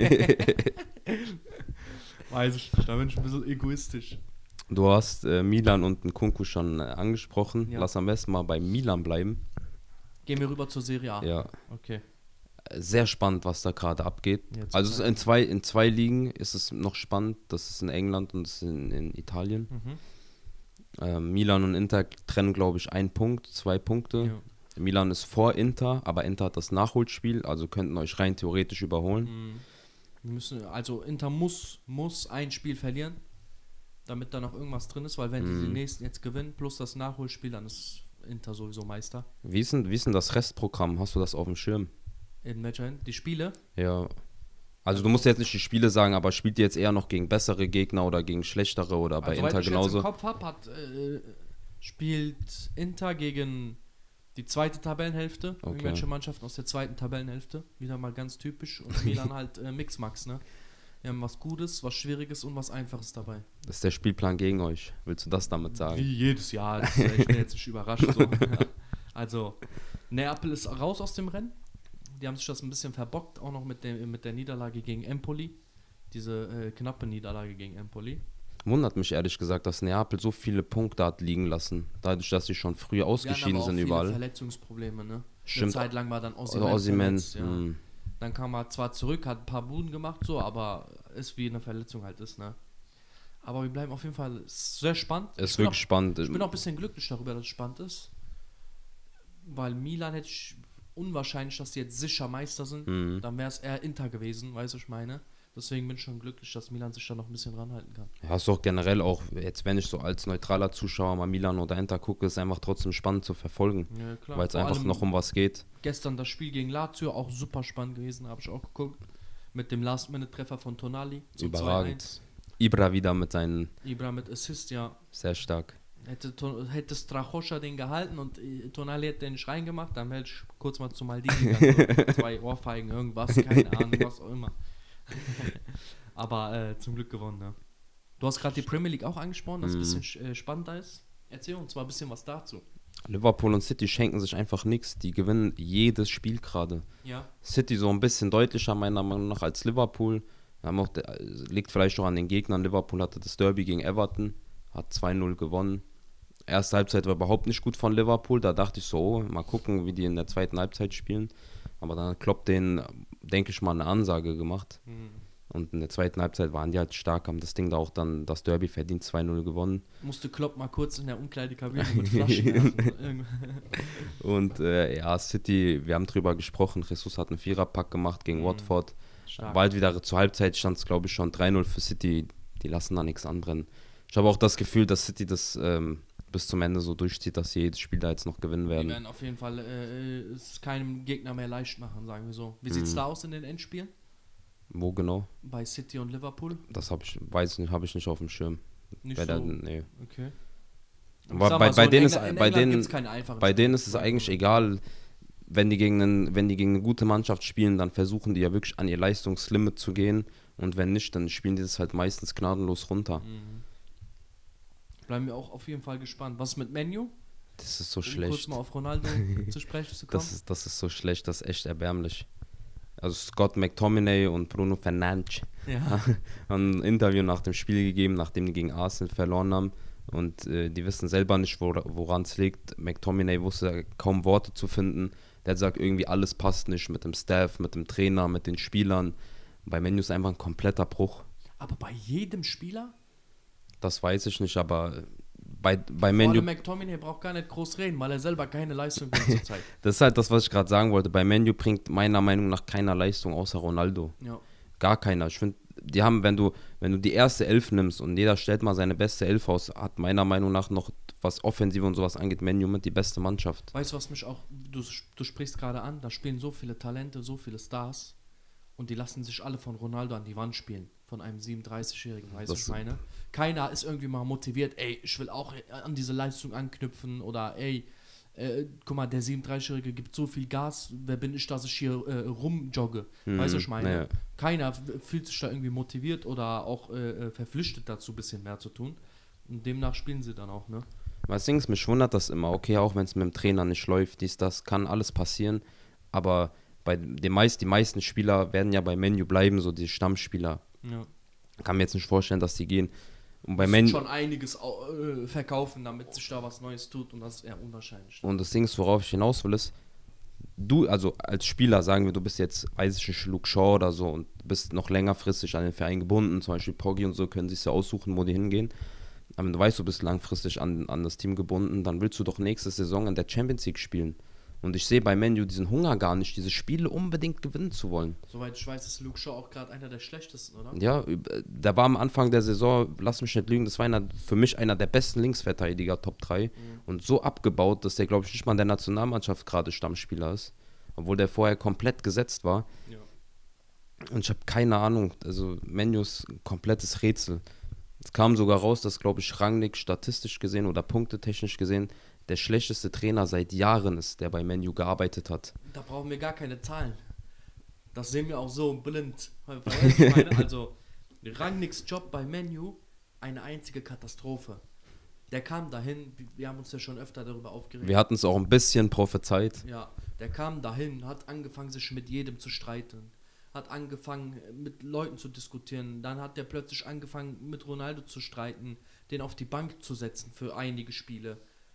Weiß ich nicht, da bin ich ein bisschen egoistisch. Du hast äh, Milan und Nkunku schon äh, angesprochen. Ja. Lass am besten mal bei Milan bleiben. Gehen wir rüber zur Serie A. Ja, Okay. sehr spannend, was da gerade abgeht. Ja, zur Also es ist Zeit. in zwei, in zwei Ligen ist es noch spannend. Das ist in England und das ist in, in Italien. Mhm. Ähm, Milan und Inter trennen, glaube ich, einen Punkt, zwei Punkte. Ja. Milan ist vor Inter, aber Inter hat das Nachholspiel, also könnten euch rein theoretisch überholen. Mhm. Wir müssen, also Inter muss, muss ein Spiel verlieren, damit da noch irgendwas drin ist, weil wenn die Mhm. den nächsten jetzt gewinnen, plus das Nachholspiel, dann ist Inter sowieso Meister. Wie ist, denn, wie ist denn das Restprogramm? Hast du das auf dem Schirm? In welcher Hin- Die Spiele? Ja. Also du musst jetzt nicht die Spiele sagen, aber spielt ihr jetzt eher noch gegen bessere Gegner oder gegen schlechtere oder bei Also, soweit Inter ich jetzt genauso? im Kopf habe, hat, äh, spielt Inter gegen die zweite Tabellenhälfte, Okay. irgendwelche Mannschaften aus der zweiten Tabellenhälfte, wieder mal ganz typisch, und Milan halt äh, Mixmax, ne? Wir haben was Gutes, was Schwieriges und was Einfaches dabei. Das ist der Spielplan gegen euch. Willst du das damit sagen? Wie jedes Jahr, das ist, ich bin jetzt nicht überrascht. So. Ja. Also, Neapel ist raus aus dem Rennen. Die haben sich das ein bisschen verbockt, auch noch mit, dem, mit der Niederlage gegen Empoli. Diese äh, knappe Niederlage gegen Empoli. Wundert mich ehrlich gesagt, dass Neapel so viele Punkte hat liegen lassen. Dadurch, dass sie schon früh ausgeschieden sind viele überall. Verletzungsprobleme, ne? Stimmt. Eine Zeit lang war dann Oder Osimhen Osimhen. verletzt, ja. hm. Dann kam er zwar zurück, hat ein paar Buden gemacht, so, aber ist wie eine Verletzung halt ist, ne? Aber wir bleiben auf jeden Fall sehr spannend. Es ist Ich bin wirklich auch, spannend. ich bin auch ein bisschen glücklich darüber, dass es spannend ist. Weil Milan hätte ich unwahrscheinlich, dass die jetzt sicher Meister sind. Mhm. Dann wäre es eher Inter gewesen, weißt du, was ich meine. Deswegen bin ich schon glücklich, dass Milan sich da noch ein bisschen ranhalten kann. Ja, ist auch generell auch, jetzt wenn ich so als neutraler Zuschauer mal Milan oder Inter gucke, ist einfach trotzdem spannend zu verfolgen. Ja, klar. Weil es Vor einfach allem noch um was geht. Gestern das Spiel gegen Lazio, auch super spannend gewesen, habe ich auch geguckt. Mit dem Last-Minute-Treffer von Tonali. zum Überragend. zwei eins. Ibra wieder mit seinen, Ibra mit Assist, ja. sehr stark. Hätte, To- hätte Strachoscha den gehalten und äh, Tonali hätte den nicht reingemacht, dann hätte ich kurz mal zu Maldini gegangen, so zwei Ohrfeigen, irgendwas, keine Ahnung, was auch immer. Aber äh, zum Glück gewonnen, ne? Du hast gerade die Premier League auch angesprochen, dass es ein bisschen äh, spannender ist. Erzähl uns mal ein bisschen was dazu. Liverpool und City schenken sich einfach nichts. Die gewinnen jedes Spiel gerade. Ja. City so ein bisschen deutlicher meiner Meinung nach als Liverpool. Haben auch, der- liegt vielleicht auch an den Gegnern. Liverpool hatte das Derby gegen Everton, hat zwei null gewonnen. Erste Halbzeit war überhaupt nicht gut von Liverpool. Da dachte ich so, oh, mal gucken, wie die in der zweiten Halbzeit spielen. Aber dann hat Klopp denen, denke ich mal, eine Ansage gemacht. Hm. Und in der zweiten Halbzeit waren die halt stark, haben das Ding da auch dann, das Derby verdient, zwei null gewonnen. Musste Klopp mal kurz in der Umkleidekabine mit Flaschen werfen. Und äh, ja, City, wir haben drüber gesprochen, Jesus hat einen Viererpack gemacht gegen Mhm. Watford. Stark. Bald wieder zur Halbzeit stand es, glaube ich, schon drei null für City. Die lassen da nichts anbrennen. Ich habe auch das Gefühl, dass City das ähm, bis zum Ende so durchzieht, dass sie jedes Spiel da jetzt noch gewinnen Die werden. werden auf jeden Fall äh, es keinem Gegner mehr leicht machen, sagen wir so. Wie sieht's Mhm. da aus in den Endspielen? Wo genau? Bei City und Liverpool? Das habe ich, weiß nicht, habe ich nicht auf dem Schirm. Nicht Bei der, so. nee. Okay. Aber Ich sag bei- mal so, bei in denen ist- England- in bei England denen- gibt's keine einfachen Bei denen ist Spiele. es eigentlich egal, wenn die, gegen einen, wenn die gegen eine gute Mannschaft spielen, dann versuchen die ja wirklich an ihr Leistungslimit zu gehen. Und wenn nicht, dann spielen die das halt meistens gnadenlos runter. Mhm. Bleiben wir auch auf jeden Fall gespannt. Was ist mit Menu? Das ist so Um kurz schlecht. mal auf Ronaldo zu sprechen zu kommen. Das ist, das ist so schlecht, das ist echt erbärmlich. Also Scott McTominay und Bruno Fernandes Ja. haben ein Interview nach dem Spiel gegeben, nachdem die gegen Arsenal verloren haben. Und äh, die wissen selber nicht, wora- woran es liegt. McTominay wusste kaum Worte zu finden. Der hat gesagt, irgendwie alles passt nicht mit dem Staff, mit dem Trainer, mit den Spielern. Bei Menu ist einfach ein kompletter Bruch. Aber bei jedem Spieler? Das weiß ich nicht, aber bei, bei Vor allem Menu, McTominay braucht gar nicht groß reden, weil er selber keine Leistung bringt zurzeit. das ist halt das, was ich gerade sagen wollte. Bei Menu bringt meiner Meinung nach keiner Leistung außer Ronaldo. Ja. Gar keiner. Ich finde, die haben, wenn du, wenn du die erste Elf nimmst und jeder stellt mal seine beste Elf aus, hat meiner Meinung nach noch, was Offensive und sowas angeht, Menu mit die beste Mannschaft. Weißt du, was mich auch, du, du sprichst gerade an, da spielen so viele Talente, so viele Stars und die lassen sich alle von Ronaldo an die Wand spielen, von einem siebenunddreißigjährigen, weißt du, was Das- ich meine? Keiner ist irgendwie mal motiviert, ey, ich will auch an diese Leistung anknüpfen oder ey, äh, guck mal, der siebenunddreißigjährige gibt so viel Gas, wer bin ich, dass ich hier äh, rumjogge, weißt du, was ich meine? Naja. Keiner f- fühlt sich da irgendwie motiviert oder auch äh, äh, verpflichtet dazu, ein bisschen mehr zu tun und demnach spielen sie dann auch, ne? Was Ding ist, mich wundert das immer. Okay, auch wenn es mit dem Trainer nicht läuft, dies, das, kann alles passieren. Aber bei den meist, die meisten Spieler werden ja bei Menu bleiben, so die Stammspieler. Ja. Kann mir jetzt nicht vorstellen, dass die gehen. Und bei Müssen Menu. schon einiges au- äh, verkaufen, damit sich da was Neues tut und das ist eher unwahrscheinlich. Und das Ding ist, worauf ich hinaus will, ist, du, also als Spieler, sagen wir, du bist jetzt, weiß ich nicht, Luke Shaw oder so und bist noch längerfristig an den Verein gebunden, zum Beispiel Poggi und so, können sich ja aussuchen, wo die hingehen. Aber wenn du weißt, du bist langfristig an, an das Team gebunden, dann willst du doch nächste Saison in der Champions League spielen. Und ich sehe bei Menu diesen Hunger gar nicht, diese Spiele unbedingt gewinnen zu wollen. Soweit ich weiß, ist Luke Shaw auch gerade einer der schlechtesten, oder? Ja, üb- der war am Anfang der Saison, lass mich nicht lügen, das war einer, für mich einer der besten Linksverteidiger, Top drei. Mhm. Und so abgebaut, dass der, glaube ich, nicht mal in der Nationalmannschaft gerade Stammspieler ist. Obwohl der vorher komplett gesetzt war. Ja. Und ich habe keine Ahnung, also Menu ist ein komplettes Rätsel. Es kam sogar raus, dass, glaube ich, Rangnick statistisch gesehen oder punktetechnisch gesehen der schlechteste Trainer seit Jahren ist, der bei Menu gearbeitet hat. Da brauchen wir gar keine Zahlen. Das sehen wir auch so blind. Weißt du, was ich meine? Also, Rangnicks Job bei Menu, eine einzige Katastrophe. Der kam dahin, wir haben uns ja schon öfter darüber aufgeregt. Wir hatten es auch ein bisschen prophezeit. Ja, der kam dahin, hat angefangen, sich mit jedem zu streiten. Hat angefangen, mit Leuten zu diskutieren. Dann hat der plötzlich angefangen, mit Ronaldo zu streiten, den auf die Bank zu setzen für einige Spiele.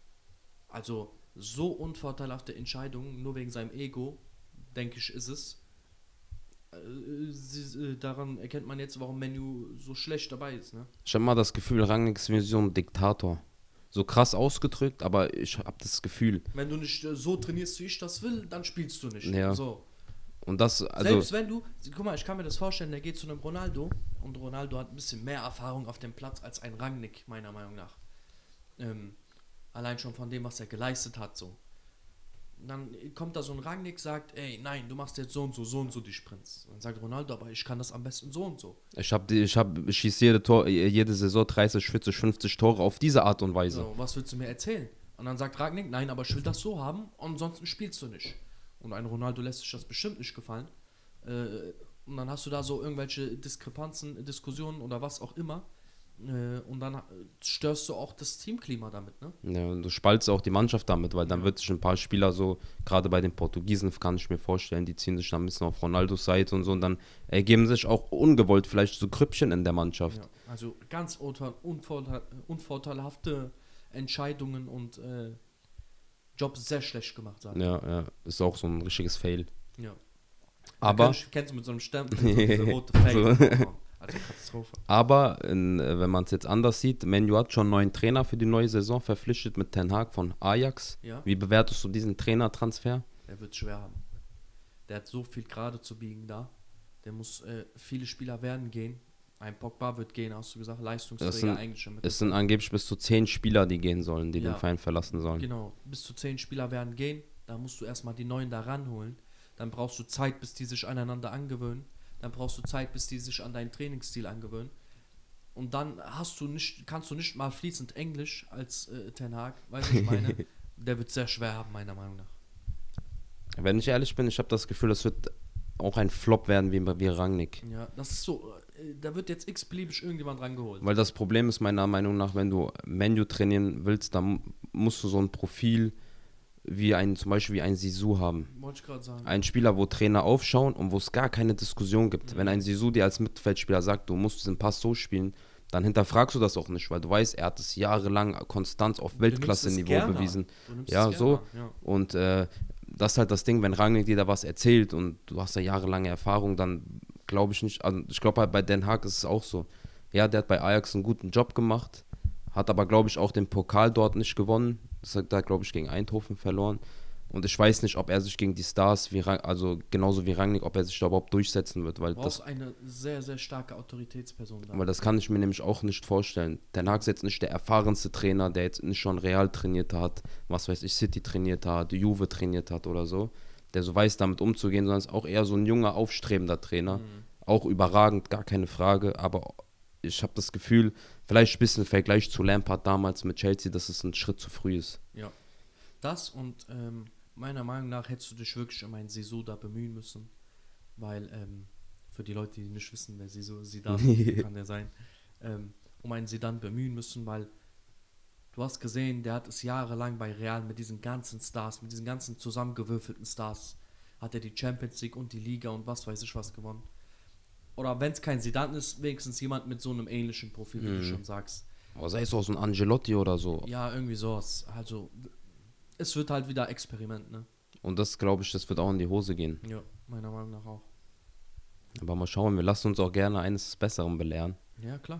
Also, so unvorteilhafte Entscheidungen, nur wegen seinem Ego, denke ich, ist es. äh, sie, äh, daran erkennt man jetzt, warum Menu so schlecht dabei ist, ne? Ich habe mal das Gefühl, Rangnick ist wie so ein Diktator. So krass ausgedrückt, aber ich habe das Gefühl. Wenn du nicht äh, so trainierst, wie ich das will, dann spielst du nicht. Ja. So. Und das, also. Selbst wenn du, guck mal, ich kann mir das vorstellen, der geht zu einem Ronaldo und Ronaldo hat ein bisschen mehr Erfahrung auf dem Platz als ein Rangnick, meiner Meinung nach. Ähm, allein schon von dem, was er geleistet hat, so. Dann kommt da so ein Rangnick, sagt, ey, nein, du machst jetzt so und so, so und so die Sprints. Dann sagt Ronaldo, aber ich kann das am besten so und so. Ich habe ich hab, ich schieße jede, Tor, jede Saison dreißig, vierzig, fünfzig Tore auf diese Art und Weise. So, was willst du mir erzählen? Und dann sagt Rangnick, nein, aber ich will das so haben, ansonsten spielst du nicht. Und ein Ronaldo lässt sich das bestimmt nicht gefallen. Äh, und dann hast du da so irgendwelche Diskrepanzen, Diskussionen oder was auch immer. Äh, und dann störst du auch das Teamklima damit, ne? Ja, und du spaltest auch die Mannschaft damit, weil dann Ja. wird sich ein paar Spieler so, gerade bei den Portugiesen kann ich mir vorstellen, die ziehen sich dann ein bisschen auf Ronaldos Seite und so und dann ergeben sich auch ungewollt vielleicht so Grüppchen in der Mannschaft. Ja, also ganz unvorteil, unvorteilhafte Entscheidungen und äh, Jobs sehr schlecht gemacht, sagen. Ja, ja, ist auch so ein richtiges Fail. Ja. Aber, Kennst, kennst du mit so einem Stempel, so diese rote Fail. So. Also Katastrophe. aber in, äh, wenn man es jetzt anders sieht, Man U hat schon einen neuen Trainer für die neue Saison verpflichtet mit Ten Hag von Ajax. Ja. Wie bewertest du diesen Trainertransfer? Der wird schwer haben. Der hat so viel gerade zu biegen da. Der muss, äh, viele Spieler werden gehen. Ein Pogba wird gehen, hast du gesagt, Leistungsträger Das sind- eigentlich schon mit. Es sind angeblich bis zu zehn Spieler, die gehen sollen, die Ja. den Verein verlassen sollen. Genau, bis zu zehn Spieler werden gehen. Da musst du erstmal die neuen da ranholen. Dann brauchst du Zeit, bis die sich aneinander angewöhnen. Dann brauchst du Zeit, bis die sich an deinen Trainingsstil angewöhnen. Und dann hast du nicht, kannst du nicht mal fließend Englisch als äh, Ten Hag, weißt du, ich meine. Der wird sehr schwer haben, meiner Meinung nach. Wenn ich ehrlich bin, ich habe das Gefühl, es wird auch ein Flop werden wie, wie Rangnick. Ja, das ist so, äh, da wird jetzt x-beliebig irgendjemand rangeholt. Weil das Problem ist meiner Meinung nach, wenn du Menu trainieren willst, dann musst du so ein Profil wie ein, zum Beispiel wie ein Sisu haben. Wollte ich gerade sagen. Ein Spieler, wo Trainer aufschauen und wo es gar keine Diskussion gibt. Mhm. Wenn ein Sisu dir als Mittelfeldspieler sagt, du musst diesen Pass so spielen, dann hinterfragst du das auch nicht, weil du weißt, er hat es jahrelang konstant auf Weltklasse-Niveau bewiesen. Ja, so. Ja. Und äh, das ist halt das Ding, wenn Rangnick dir da was erzählt und du hast da jahrelange Erfahrung, dann glaube ich nicht, also ich glaube halt bei Den Haag ist es auch so. Ja, der hat bei Ajax einen guten Job gemacht, hat aber glaube ich auch den Pokal dort nicht gewonnen. Das hat da glaube ich gegen Eindhoven verloren. Und ich weiß nicht, ob er sich gegen die Stars, wie Rang, also genauso wie Rangnick, ob er sich da überhaupt durchsetzen wird, weil Du das, brauchst eine sehr, sehr starke Autoritätsperson da. weil das kann ich mir nämlich auch nicht vorstellen. Den Hag ist jetzt nicht der erfahrenste Trainer, der jetzt nicht schon Real trainiert hat, was weiß ich, City trainiert hat, Juve trainiert hat oder so, der so weiß, damit umzugehen, sondern ist auch eher so ein junger, aufstrebender Trainer. Mhm. Auch überragend, gar keine Frage, aber ich habe das Gefühl, vielleicht ein bisschen im Vergleich zu Lampard damals mit Chelsea, dass es ein Schritt zu früh ist. Ja. Das und ähm, meiner Meinung nach hättest du dich wirklich um einen Sisu da bemühen müssen, weil ähm, für die Leute, die nicht wissen, wer Sisu Zidane kann der sein, ähm, um einen Zidane bemühen müssen, weil du hast gesehen, der hat es jahrelang bei Real mit diesen ganzen Stars, mit diesen ganzen zusammengewürfelten Stars, hat er die Champions League und die Liga und was weiß ich was gewonnen. Oder wenn es kein Zidane ist, wenigstens jemand mit so einem ähnlichen Profil, wie Mhm. du schon sagst. Aber sei es auch so ein Angelotti oder so. Ja, irgendwie sowas. Also, es wird halt wieder Experiment, ne? Und das, glaube ich, das wird auch in die Hose gehen. Ja, meiner Meinung nach auch. Aber mal schauen, wir lassen uns auch gerne eines Besseren belehren. Ja, klar.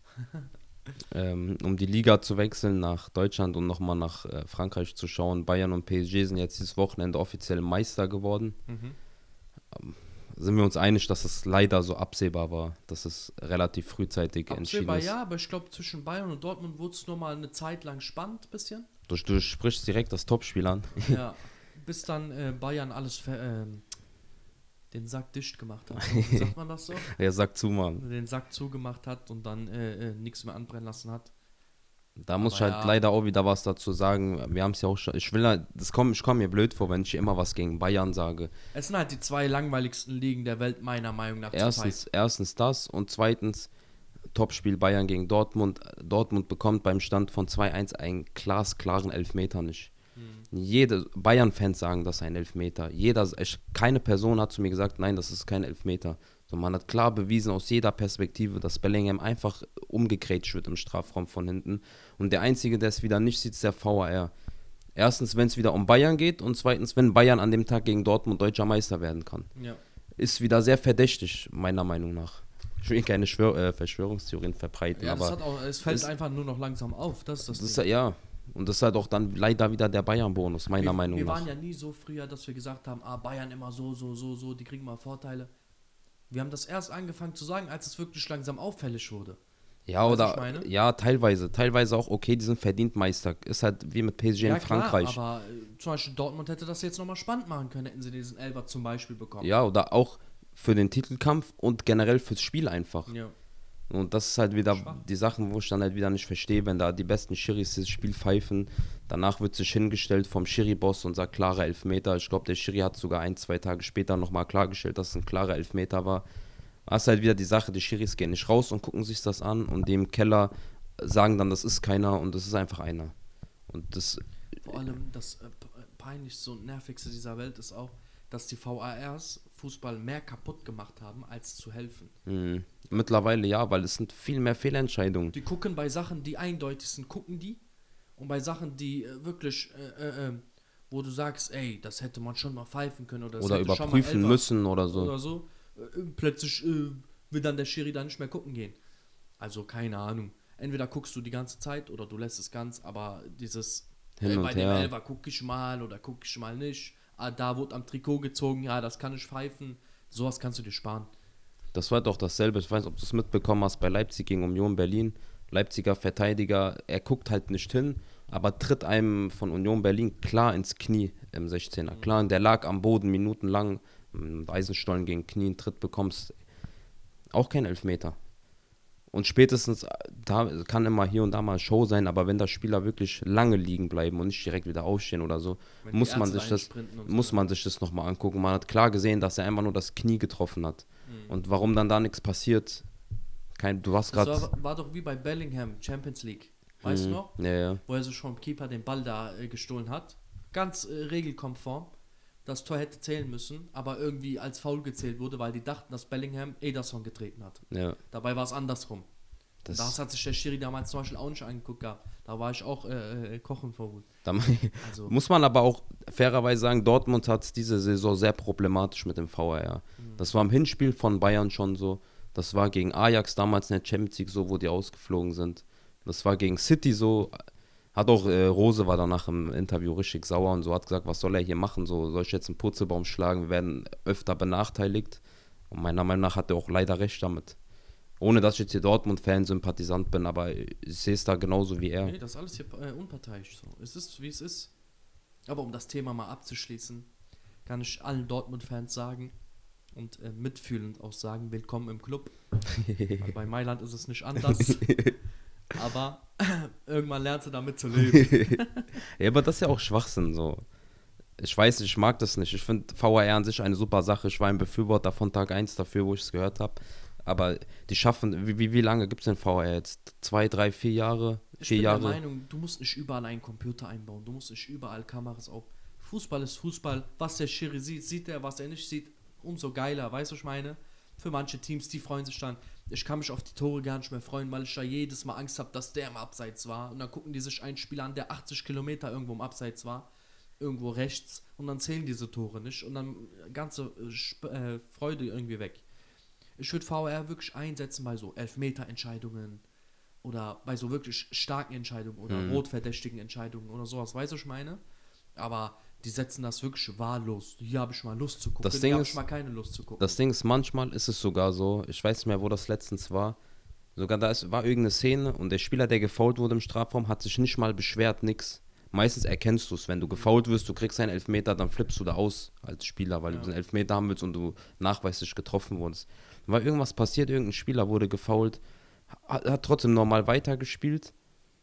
Ähm, um die Liga zu wechseln nach Deutschland und nochmal nach äh, Frankreich zu schauen. Bayern und P S G sind jetzt dieses Wochenende offiziell Meister geworden. Mhm. Sind wir uns einig, dass es leider so absehbar war, dass es relativ frühzeitig entschieden Absehbar ist? ja, aber ich glaube, zwischen Bayern und Dortmund wurde es nochmal eine Zeit lang spannend, bisschen. Du, du sprichst direkt das Topspiel an. Ja, bis dann äh, Bayern alles ver ähm, den Sack dicht gemacht hat. Wie sagt man das so? Er sagt zu, Mann. Den Sack zugemacht hat und dann äh, äh, nichts mehr anbrennen lassen hat. Da muss ich Aber halt ja. leider auch wieder was dazu sagen. Wir haben es ja auch schon. Ich will halt, das komm, ich komme mir blöd vor, wenn ich immer was gegen Bayern sage. Es sind halt die zwei langweiligsten Ligen der Welt, meiner Meinung nach. Erstens, erstens das und zweitens Topspiel Bayern gegen Dortmund. Dortmund bekommt beim Stand von zwei eins einen glasklaren Elfmeter nicht. Hm. Jede Bayern-Fans sagen, das ist ein Elfmeter. Jeder, ich, keine Person hat zu mir gesagt, nein, das ist kein Elfmeter. So, man hat klar bewiesen aus jeder Perspektive, dass Bellingham einfach umgegrätscht wird im Strafraum von hinten. Und der Einzige, der es wieder nicht sieht, ist der V A R. Erstens, wenn es wieder um Bayern geht und zweitens, wenn Bayern an dem Tag gegen Dortmund deutscher Meister werden kann. Ja. ist wieder sehr verdächtig, meiner Meinung nach. Ich will keine Schwör äh, Verschwörungstheorien verbreiten, Ja, das aber hat auch, es fällt es- einfach nur noch langsam auf. Das ist das, das ist Ding. ja, ja, und das ist halt auch dann leider wieder der Bayern-Bonus, meiner wir, Meinung wir nach. waren ja nie so früher, dass wir gesagt haben, ah, Bayern immer so, so, so, so, die kriegen mal Vorteile. Wir haben das erst angefangen zu sagen, als es wirklich langsam auffällig wurde. Ja, Weißt du, was oder ich meine? ja, teilweise. Teilweise auch, okay, die sind verdient Meister. Ist halt wie mit P S G in Frankreich. Klar, aber äh, zum Beispiel Dortmund hätte das jetzt nochmal spannend machen können, hätten sie diesen Elfer zum Beispiel bekommen. Ja, oder auch für den Titelkampf und generell fürs Spiel einfach. Ja. Und das ist halt wieder Schwach. die Sachen, wo ich dann halt wieder nicht verstehe, wenn da die besten Schiris das Spiel pfeifen. Danach wird sich hingestellt vom Schiri-Boss und sagt klarer Elfmeter. Ich glaube, der Schiri hat sogar ein, zwei Tage später nochmal klargestellt, dass es ein klarer Elfmeter war. Das ist halt wieder die Sache, die Schiris gehen nicht raus und gucken sich das an und dem Keller sagen dann, das ist keiner und das ist einfach einer. Und das, Vor allem das äh, p- äh, peinlichste und nervigste dieser Welt ist auch, dass die V A Rs Fußball mehr kaputt gemacht haben, als zu helfen. mh, mittlerweile ja, weil es sind viel mehr Fehlentscheidungen. Die gucken bei Sachen, die eindeutig sind, gucken die. Und bei Sachen, die äh, wirklich, äh, äh, äh, wo du sagst, ey, das hätte man schon mal pfeifen können oder das Oder hätte schon mal überprüfen Elfer müssen oder so. oder so, äh, plötzlich äh, will dann der Schiri da nicht mehr gucken gehen. Also keine Ahnung. Entweder guckst du die ganze Zeit oder du lässt es ganz, aber dieses Hin äh, und bei dem her. Elfer gucke ich mal oder gucke ich mal nicht. Ah, da wurde am Trikot gezogen, ja, das kann ich pfeifen. Sowas kannst du dir sparen. Das war doch dasselbe. Ich weiß nicht, ob du es mitbekommen hast bei Leipzig gegen Union Berlin. Leipziger Verteidiger, er guckt halt nicht hin, aber tritt einem von Union Berlin klar ins Knie im sechzehner. Klar, und der lag am Boden minutenlang, mit Eisenstollen gegen Knie einen Tritt bekommst, auch kein Elfmeter. Und spätestens, da kann immer hier und da mal Show sein, aber wenn da Spieler wirklich lange liegen bleiben und nicht direkt wieder aufstehen oder so, Wenn die muss man Ärzte sich das, einsprinten und so, muss ja. man sich das nochmal angucken. Man hat klar gesehen, dass er einfach nur das Knie getroffen hat. Mhm. Und warum dann da nichts passiert, kein, du hast Das gerade... war, war doch wie bei Bellingham, Champions League. Weißt du noch? Ja, ja. Wo er sich vom Keeper den Ball da äh, gestohlen hat. Ganz äh, regelkonform. Das Tor hätte zählen müssen, aber irgendwie als Foul gezählt wurde, weil die dachten, dass Bellingham Ederson getreten hat. ja. Dabei war es andersrum. Das, Das hat sich der Schiri damals zum Beispiel auch nicht angeguckt gehabt. Da war ich auch äh, äh, kochen vor Wut. da Also, muss man aber auch fairerweise sagen, Dortmund hat es diese Saison sehr problematisch mit dem V A R. Mhm. Das war im Hinspiel von Bayern schon so. Das war gegen Ajax damals in der Champions League so, wo die ausgeflogen sind. Das war gegen City so. Hat auch äh, Rose war danach im Interview richtig sauer und so, hat gesagt, was soll er hier machen? So, soll ich jetzt einen Purzelbaum schlagen? Wir werden öfter benachteiligt. Und meiner Meinung nach hat er auch leider recht damit. Ohne dass ich jetzt hier Dortmund-Fan, Sympathisant bin, aber ich sehe es da genauso wie er. nee, das ist alles hier äh, unparteiisch so. Es ist, wie es ist. Aber um das Thema mal abzuschließen, kann ich allen Dortmund-Fans sagen und äh, mitfühlend auch sagen, willkommen im Club. Weil bei Mailand ist es nicht anders. Aber irgendwann lernst du damit zu leben. Ja, aber das ist ja auch Schwachsinn so. Ich weiß nicht, ich mag das nicht. Ich finde V A R an sich eine super Sache. Ich war ein Befürworter von Tag eins dafür, wo ich es gehört habe. Aber die schaffen, wie, wie, wie lange gibt es denn V A R jetzt? Zwei, drei, vier Jahre? Ich Vier bin Jahre? der Meinung, du musst nicht überall einen Computer einbauen. Du musst nicht überall Kameras auf. Fußball ist Fußball. Was der Schiri sieht, sieht er. Was er nicht sieht, umso geiler. Weißt du, was ich meine? Für manche Teams, die freuen sich dann. Ich kann mich auf die Tore gar nicht mehr freuen, weil ich da jedes Mal Angst habe, dass der im Abseits war. Und dann gucken die sich einen Spieler an, der achtzig Kilometer irgendwo im Abseits war. Irgendwo rechts. Und dann zählen diese Tore nicht. Und dann ganze äh, Sp- äh, Freude irgendwie weg. Ich würde V R wirklich einsetzen bei so Elfmeter-Entscheidungen oder bei so wirklich starken Entscheidungen oder Mhm. rotverdächtigen Entscheidungen oder sowas, weißt du, was ich meine? Aber die setzen das wirklich wahllos. Hier habe ich mal Lust zu gucken, Das hier Ding habe ist- ich mal keine Lust zu gucken. Das Ding ist, manchmal ist es sogar so, ich weiß nicht mehr, wo das letztens war, sogar da ist, war irgendeine Szene und der Spieler, der gefoult wurde im Strafraum, hat sich nicht mal beschwert, nix. Meistens erkennst du es, wenn du gefoult wirst, du kriegst einen Elfmeter, dann flippst du da aus als Spieler, weil Ja. du diesen Elfmeter haben willst und du nachweislich getroffen wurdest. War irgendwas passiert, irgendein Spieler wurde gefoult, hat, hat trotzdem normal weitergespielt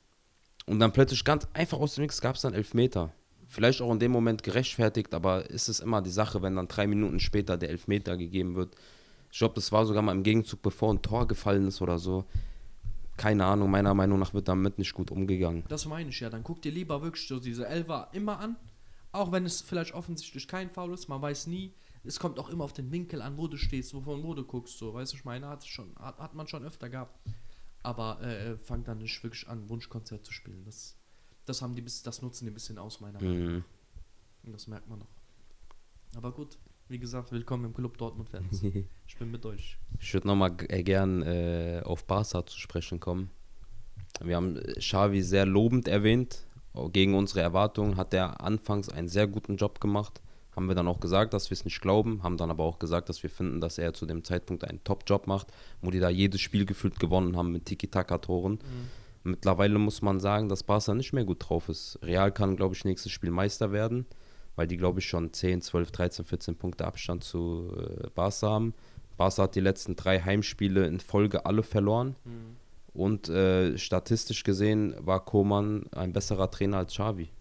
und dann plötzlich ganz einfach aus dem Nix gab es dann Elfmeter. Vielleicht auch in dem Moment gerechtfertigt, aber ist es immer die Sache, wenn dann drei Minuten später der Elfmeter gegeben wird. Ich glaube, das war sogar mal im Gegenzug, bevor ein Tor gefallen ist oder so. Keine Ahnung, meiner Meinung nach wird damit nicht gut umgegangen. Das meine ich ja. Dann guck dir lieber wirklich so diese Elfer immer an. Auch wenn es vielleicht offensichtlich kein Foul ist, man weiß nie. Es kommt auch immer auf den Winkel an, wo du stehst, wovon wo du guckst. So, weißt du, ich meine, hat, schon, hat, hat man schon öfter gehabt. Aber äh, fangt dann nicht wirklich an, Wunschkonzert zu spielen. Das, das haben die bis, das nutzen die ein bisschen aus, meiner Meinung nach. Mhm. Und das merkt man noch. Aber gut, Wie gesagt, willkommen im Club Dortmund-Fans. Ich bin mit euch. Ich würde nochmal äh, gern äh, auf Barca zu sprechen kommen. Wir haben Xavi sehr lobend erwähnt. Gegen unsere Erwartungen hat er anfangs einen sehr guten Job gemacht. Haben wir dann auch gesagt, dass wir es nicht glauben. Haben dann aber auch gesagt, dass wir finden, dass er zu dem Zeitpunkt einen Top-Job macht, wo die da jedes Spiel gefühlt gewonnen haben mit Tiki-Taka-Toren. Mhm. Mittlerweile muss man sagen, dass Barca nicht mehr gut drauf ist. Real kann, glaube ich, nächstes Spiel Meister werden, weil die, glaube ich, schon zehn, zwölf, dreizehn, vierzehn Punkte Abstand zu äh, Barca haben. Barca hat die letzten drei Heimspiele in Folge alle verloren. Mhm. Und äh, statistisch gesehen war Koeman ein besserer Trainer als Xavi.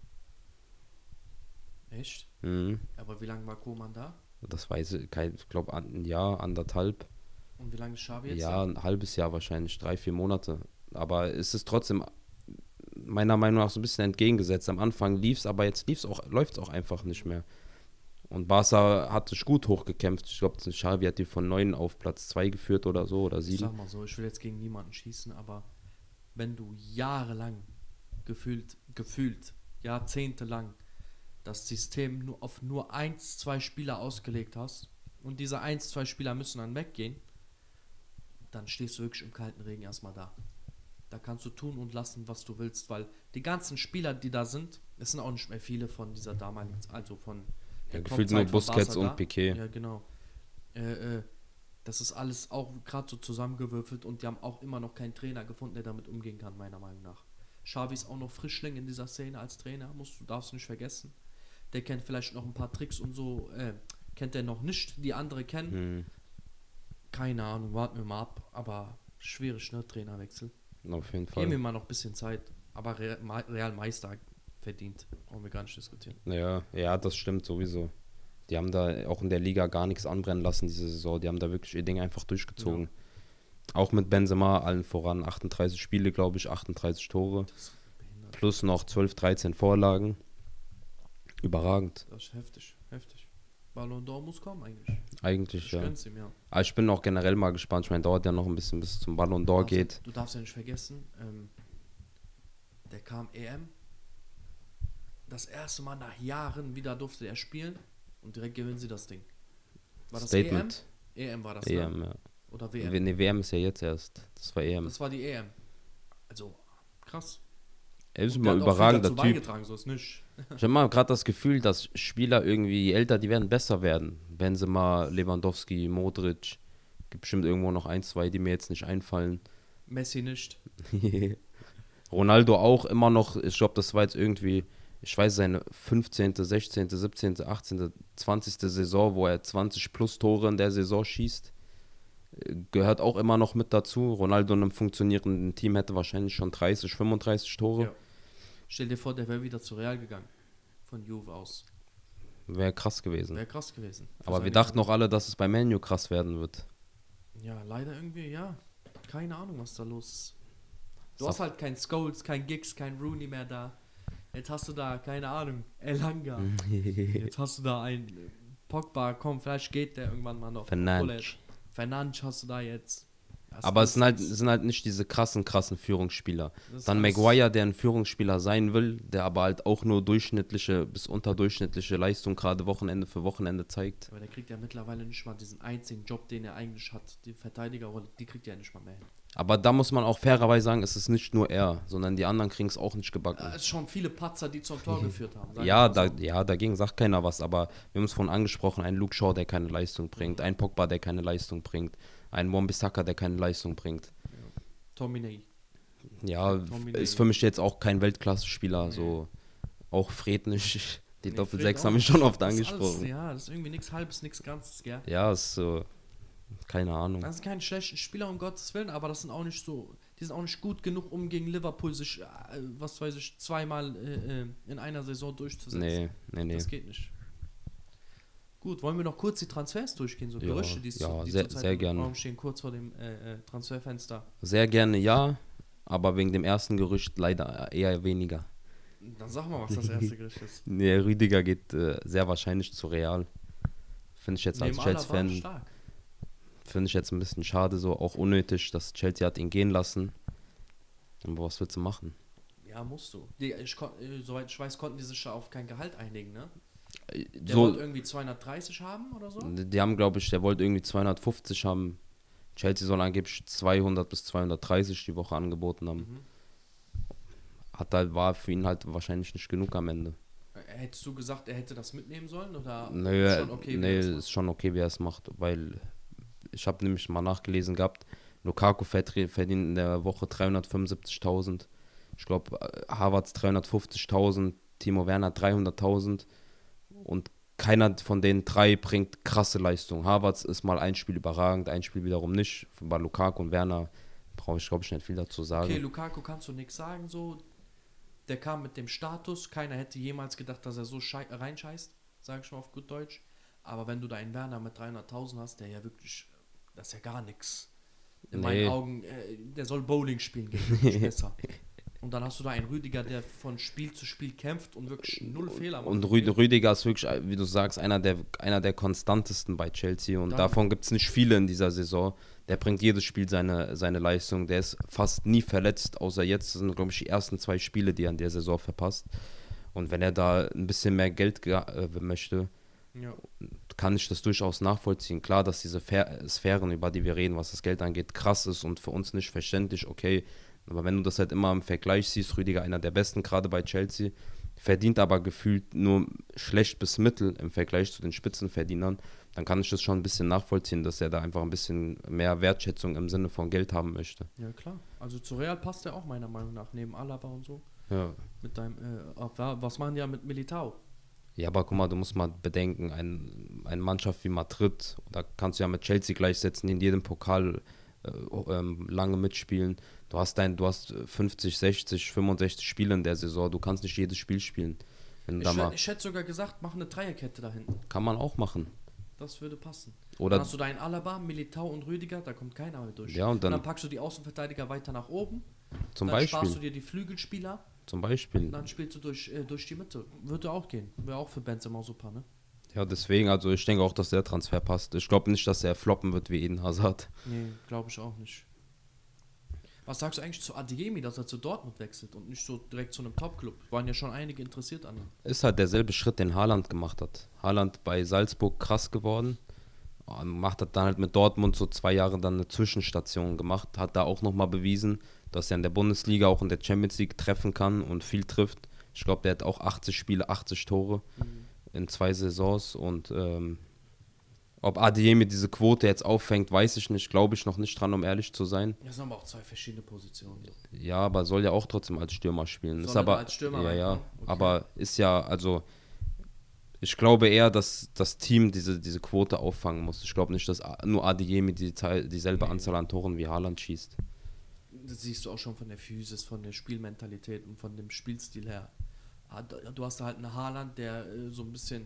Echt? Mhm. Aber wie lange war Koeman da? Das weiß ich, ich glaube ein Jahr, anderthalb. Und wie lange ist Xavi jetzt Ja, da? ein halbes Jahr wahrscheinlich, drei, vier Monate. Aber es ist trotzdem meiner Meinung nach so ein bisschen entgegengesetzt. Am Anfang lief es, aber jetzt lief's auch, läuft es auch einfach nicht mehr. Und Barca hat sich gut hochgekämpft. Ich glaube, Xavi hat die von neun auf Platz zwei geführt oder so, oder sieben. Ich sag mal so, ich will jetzt gegen niemanden schießen, aber wenn du jahrelang, gefühlt, gefühlt, jahrzehntelang das System nur auf nur eins, zwei Spieler ausgelegt hast und diese eins, zwei Spieler müssen dann weggehen, dann stehst du wirklich im kalten Regen erstmal da. Da kannst du tun und lassen, was du willst, weil die ganzen Spieler, die da sind, es sind auch nicht mehr viele von dieser damaligen, also von ja, gefühlt nur Busquets und Piqué. Ja, genau. Äh, äh, das ist alles auch gerade so zusammengewürfelt und die haben auch immer noch keinen Trainer gefunden, der damit umgehen kann, meiner Meinung nach. Xavi ist auch noch Frischling in dieser Szene als Trainer, musst du, darfst du nicht vergessen. Der kennt vielleicht noch ein paar Tricks und so, äh, kennt der noch nicht, die andere kennen. Hm. Keine Ahnung, warten wir mal ab, aber schwierig, ne, Trainerwechsel. Auf jeden Fall. Geben wir mal noch ein bisschen Zeit, aber Real Meister verdient, brauchen wir gar nicht diskutieren. Ja, ja, das stimmt sowieso. Die haben da auch in der Liga gar nichts anbrennen lassen diese Saison. Die haben da wirklich ihr Ding einfach durchgezogen. Ja. Auch mit Benzema allen voran. achtunddreißig Spiele, glaube ich, achtunddreißig Tore. Plus noch zwölf, dreizehn Vorlagen. Überragend. Das ist heftig, heftig. Ballon d'Or muss kommen eigentlich. Eigentlich, ich ja. Ihm, ja. Aber ich bin auch generell mal gespannt. Ich meine, dauert ja noch ein bisschen, bis es zum Ballon d'Or geht. Ja, du darfst ja nicht vergessen, ähm, der kam E M. Das erste Mal nach Jahren wieder durfte er spielen und direkt gewinnen sie das Ding. War das Statement. E M? E M war das, E M, ne? ja. Oder W M? Nee, W M ist ja jetzt erst. Das war E M. Das war die E M. Also, krass. Er ist immer überragender Typ. So ist nicht. Ich habe mal gerade das Gefühl, dass Spieler irgendwie, je älter die werden, besser werden. Benzema, Lewandowski, Modric. Gibt bestimmt irgendwo noch ein, zwei, die mir jetzt nicht einfallen. Messi nicht. Ronaldo auch immer noch. Ich glaube, das war jetzt irgendwie, ich weiß, seine fünfzehnte, sechzehnte, siebzehnte, achtzehnte, zwanzigste Saison, wo er zwanzig plus Tore in der Saison schießt. Gehört auch immer noch mit dazu. Ronaldo in einem funktionierenden Team hätte wahrscheinlich schon dreißig, fünfunddreißig Tore. Ja. Stell dir vor, der wäre wieder zu Real gegangen. Von Juve aus. Wäre krass gewesen. Wäre krass gewesen. Aber wir dachten noch alle, dass es bei Man U krass werden wird. Ja, leider irgendwie, ja. Keine Ahnung, was da los ist. Du hast halt kein Scholes, kein Giggs, kein Rooney mehr da. Jetzt hast du da, keine Ahnung, Elanga. Jetzt hast du da einen Pogba, komm, vielleicht geht der irgendwann mal noch. Fernandes. Fernandes hast du da jetzt. Das aber es sind halt, sind halt nicht diese krassen, krassen Führungsspieler. Dann Maguire, der ein Führungsspieler sein will, der aber halt auch nur durchschnittliche bis unterdurchschnittliche Leistung gerade Wochenende für Wochenende zeigt. Aber der kriegt ja mittlerweile nicht mal diesen einzigen Job, den er eigentlich hat. Die Verteidigerrolle, die kriegt er ja nicht mal mehr hin. Aber da muss man auch fairerweise sagen, es ist nicht nur er, sondern die anderen kriegen es auch nicht gebacken. Es sind schon viele Patzer, die zum Tor geführt haben. Ja, da, ja, dagegen sagt keiner was, aber wir haben es vorhin angesprochen, ein Luke Shaw, der keine Leistung bringt, ein Pogba, der keine Leistung bringt, ein Wan-Bissaka, der keine Leistung bringt. Ja. Tomine. Ja, Tomine ist für mich jetzt auch kein Weltklasse-Spieler, nee. So auch Fred nicht. Die nee, Doppel-Sechs haben mich schon oft das angesprochen. Alles, ja, das ist irgendwie nichts Halbes, nichts Ganzes, gell? Ja, ist so, keine Ahnung. Das sind keine schlechten Spieler, um Gottes Willen, aber das sind auch nicht so, die sind auch nicht gut genug, um gegen Liverpool sich, äh, was weiß ich, zweimal äh, in einer Saison durchzusetzen. Nee, nee, nee. Das geht nicht. Gut, wollen wir noch kurz die Transfers durchgehen, so ja, Gerüchte, die, ja, die sehr, zurzeit sehr im gerne. Raum stehen, kurz vor dem äh, Transferfenster. Sehr gerne, ja, aber wegen dem ersten Gerücht leider eher weniger. Dann sag mal, was das erste Gerücht ist. Nee, Rüdiger geht äh, sehr wahrscheinlich zu Real. Finde ich jetzt als Chelsea-Fan, finde ich jetzt ein bisschen schade, so auch unnötig, dass Chelsea hat ihn gehen lassen. Aber was willst du machen? Ja, musst du. Die, ich, soweit ich weiß, konnten die sich ja auf kein Gehalt einigen, ne? Der so, wollte irgendwie zweihundertdreißig haben oder so? die haben, glaube ich, der wollte irgendwie zweihundertfünfzig haben. Chelsea soll angeblich zweihundert bis zweihundertdreißig die Woche angeboten haben. Mhm. Hat halt, war für ihn halt wahrscheinlich nicht genug am Ende. Hättest du gesagt, er hätte das mitnehmen sollen? Oder Naja, schon okay, wie nee, er das macht? ist schon okay, wie er es macht, weil ich habe nämlich mal nachgelesen gehabt, Lukaku verdient in der Woche dreihundertfünfundsiebzigtausend. Ich glaube, Havertz dreihundertfünfzigtausend, Timo Werner dreihunderttausend und keiner von den drei bringt krasse Leistung. Havertz ist mal ein Spiel überragend, ein Spiel wiederum nicht. Bei Lukaku und Werner brauche ich, glaube ich, nicht viel dazu sagen. Okay, Lukaku kannst du nichts sagen, so. Der kam mit dem Status, keiner hätte jemals gedacht, dass er so schei- reinscheißt, sag ich mal auf gut Deutsch. Aber wenn du da einen Werner mit dreihunderttausend hast, der ja wirklich, das ist ja gar nichts. In Nee. meinen Augen, äh, der soll Bowling spielen gehen, wirklich besser. Und dann hast du da einen Rüdiger, der von Spiel zu Spiel kämpft und wirklich null Fehler macht. Und Rü Rüdiger ist wirklich, wie du sagst, einer der, einer der konstantesten bei Chelsea. Und Dann- davon gibt es nicht viele in dieser Saison. Der bringt jedes Spiel seine, seine Leistung. Der ist fast nie verletzt, außer jetzt. Das sind, glaube ich, die ersten zwei Spiele, die er in der Saison verpasst. Und wenn er da ein bisschen mehr Geld ge- äh, möchte, Ja. kann ich das durchaus nachvollziehen. Klar, dass diese Fer Sphären, über die wir reden, was das Geld angeht, krass ist und für uns nicht verständlich, okay. Aber wenn du das halt immer im Vergleich siehst, Rüdiger einer der besten, gerade bei Chelsea, verdient aber gefühlt nur schlecht bis mittel im Vergleich zu den Spitzenverdienern, dann kann ich das schon ein bisschen nachvollziehen, dass er da einfach ein bisschen mehr Wertschätzung im Sinne von Geld haben möchte. Ja, klar. Also zu Real passt er auch meiner Meinung nach, neben Alaba und so. Ja. Mit deinem, äh, Abwehr. Was machen die ja mit Militao? Ja, aber guck mal, du musst mal bedenken, ein, eine Mannschaft wie Madrid, da kannst du ja mit Chelsea gleichsetzen, die in jedem Pokal äh, ähm, lange mitspielen. Du hast dein, du hast fünfzig, sechzig, fünfundsechzig Spiele in der Saison, du kannst nicht jedes Spiel spielen. Wenn du Ich, da hätt- mal, ich hätte sogar gesagt, mach eine Dreierkette da hinten. kann man auch machen. Das würde passen. Oder Dann hast du da einen Alaba, Militao und Rüdiger, da kommt keiner mehr durch. Ja, und dann- packst du die Außenverteidiger weiter nach oben. zum dann sparst du Beispiel, dir die Flügelspieler. zum Beispiel. Dann spielst du durch, äh, durch die Mitte. Würde auch gehen. Wäre auch für Benzema super, ne? Ja, deswegen, also ich denke auch, dass der Transfer passt. Ich glaube nicht, dass er floppen wird wie Eden Hazard. Nee, glaube ich auch nicht. Was sagst du eigentlich zu Adeyemi, dass er zu Dortmund wechselt und nicht so direkt zu einem Top-Club? Waren ja schon einige interessiert an ihm. Ist halt derselbe Schritt, den Haaland gemacht hat. Haaland bei Salzburg krass geworden. Macht hat dann halt mit Dortmund so zwei Jahre dann eine Zwischenstation gemacht. Hat da auch nochmal bewiesen, dass er in der Bundesliga auch in der Champions League treffen kann und viel trifft. Ich glaube, der hat auch achtzig Spiele, achtzig Tore in zwei Saisons. Und ähm, ob Adeyemi diese Quote jetzt auffängt, weiß ich nicht. Glaube ich noch nicht dran, um ehrlich zu sein. Das sind aber auch zwei verschiedene Positionen. So. Ja, aber soll ja auch trotzdem als Stürmer spielen. Soll Ist er aber, da als Stürmer ja, ja, reinkommen? Okay. aber ist ja, also ich glaube eher, dass das Team diese, diese Quote auffangen muss. Ich glaube nicht, dass A- nur Adeyemi die, Teil- dieselbe Nee. Anzahl an Toren wie Haaland schießt. Das siehst du auch schon von der Physis, von der Spielmentalität und von dem Spielstil her. Ah, da- Du hast da halt einen Haaland, der äh, so ein bisschen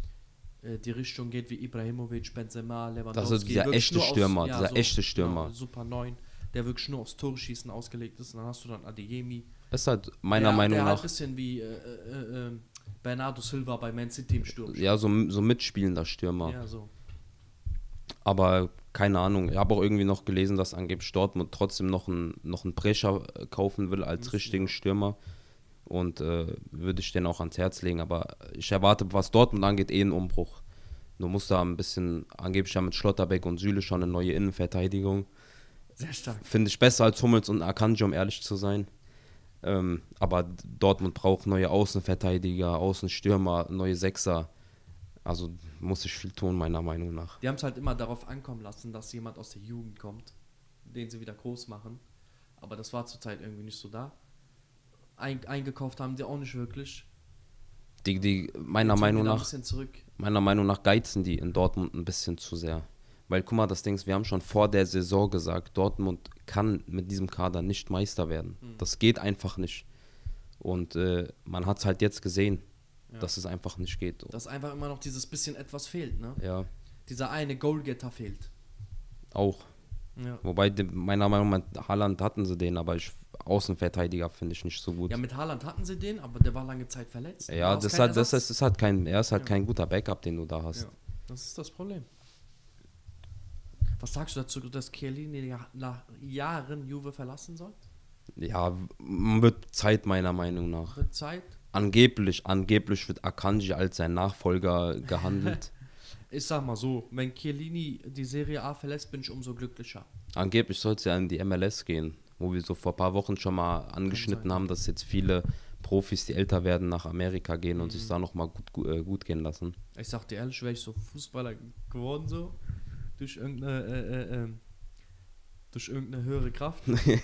äh, die Richtung geht wie Ibrahimovic, Benzema, Lewandowski. Das ist dieser wirklich echte nur Stürmer, dieser echte Stürmer. Genau, Super neun, der wirklich nur aufs Torschießen ausgelegt ist. Und dann hast du dann Adeyemi. Das ist halt meiner der, Meinung der halt nach ein bisschen wie äh, äh, äh, Bernardo Silva bei Man City im Sturm. ja so, so mitspielender Stürmer. Ja, so. Aber keine Ahnung. Ich habe auch irgendwie noch gelesen, dass angeblich Dortmund trotzdem noch einen noch einen Brescia äh, kaufen will als Müssen, richtigen ja. Stürmer. Und äh, würde ich den auch ans Herz legen. Aber ich erwarte, was Dortmund angeht, eh einen Umbruch. Du musst da ein bisschen, angeblich ja mit Schlotterbeck und Süle schon eine neue Innenverteidigung. Sehr stark. Finde ich besser als Hummels und Akanji, um ehrlich zu sein. Ähm, aber Dortmund braucht neue Außenverteidiger, Außenstürmer, neue Sechser. Also muss ich viel tun, meiner Meinung nach. Die haben es halt immer darauf ankommen lassen, dass jemand aus der Jugend kommt, den sie wieder groß machen. Aber das war zurzeit irgendwie nicht so da. Ein, eingekauft haben die auch nicht wirklich. Die, die, meiner Jetzt sind Meinung die da ein nach, bisschen zurück. meiner Meinung nach geizen die in Dortmund ein bisschen zu sehr. Weil guck mal, das Ding ist, wir haben schon vor der Saison gesagt, Dortmund kann mit diesem Kader nicht Meister werden. Mhm. Das geht einfach nicht. Und äh, man hat es halt jetzt gesehen, Ja. dass es einfach nicht geht. Dass einfach immer noch dieses bisschen etwas fehlt, ne? Ja, Dieser eine Goalgetter fehlt. auch. Ja. Wobei, de, meiner Meinung nach, Haaland hatten sie den, aber ich, Außenverteidiger finde ich nicht so gut. Ja, mit Haaland hatten sie den, aber der war lange Zeit verletzt. Ja, War es das kein hat, das Ersatz? ist, das hat kein, er ist halt Ja. kein guter Backup, den du da hast. Ja, das ist das Problem. Was sagst du dazu, dass Chiellini ja- nach Jahren Juve verlassen soll? Ja, w- wird Zeit meiner Meinung nach. Wird Zeit? Angeblich, angeblich wird Akanji als sein Nachfolger gehandelt. Ich sag mal so, wenn Chiellini die Serie A verlässt, bin ich umso glücklicher. Angeblich soll es ja in die M L S gehen, wo wir so vor ein paar Wochen schon mal angeschnitten haben, dass jetzt viele Profis, die älter werden, nach Amerika gehen und Mhm. sich da nochmal gut, gut, äh, gut gehen lassen. Ich sag dir ehrlich, wäre ich so Fußballer geworden, so, durch irgendeine, äh, äh, ähm, durch irgendeine höhere Kraft,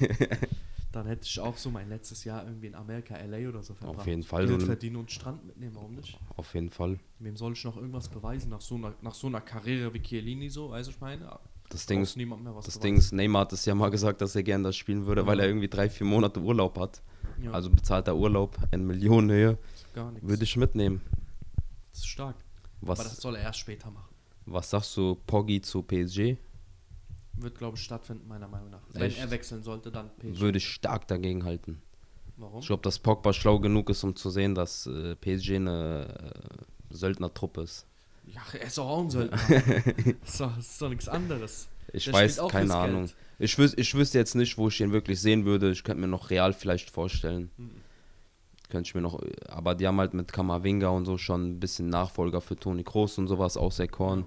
dann hätte ich auch so mein letztes Jahr irgendwie in Amerika, L A oder so verbracht. Auf jeden Fall. Geld So eine, verdienen und Strand mitnehmen, warum nicht? auf jeden Fall. Wem soll ich noch irgendwas beweisen nach so einer, nach so einer Karriere wie Chiellini, so, weißt du, ich meine? Das Ding Brauchst ist, niemand mehr was das beweisen. Ding ist, Neymar hat es ja mal gesagt, dass er gerne das spielen würde, weil Ja. er irgendwie drei, vier Monate Urlaub hat. Ja, Also bezahlter Urlaub in Millionenhöhe. gar nichts. Würde ich mitnehmen. Das ist stark. Aber das Was, soll er erst später machen. was sagst du, Poggi zu P S G? Wird, glaube ich, stattfinden, meiner Meinung nach. Wenn Echt? er wechseln sollte, dann P S G. Würde ich stark dagegen halten. Warum? Ich glaube, dass Pogba schlau genug ist, um zu sehen, dass äh, P S G eine äh, Söldnertruppe ist. Ja, er ist doch auch ein Söldner. das, ist doch, das ist doch nichts anderes. Ich Der weiß, spielt auch keine fürs Ahnung. Geld. Ich, wüs ich wüsste jetzt nicht, wo ich ihn wirklich sehen würde. Ich könnte mir noch Real vielleicht vorstellen. Mhm. Könnte ich mir noch, aber die haben halt mit Kamavinga und so schon ein bisschen Nachfolger für Toni Kroos und sowas auserkoren.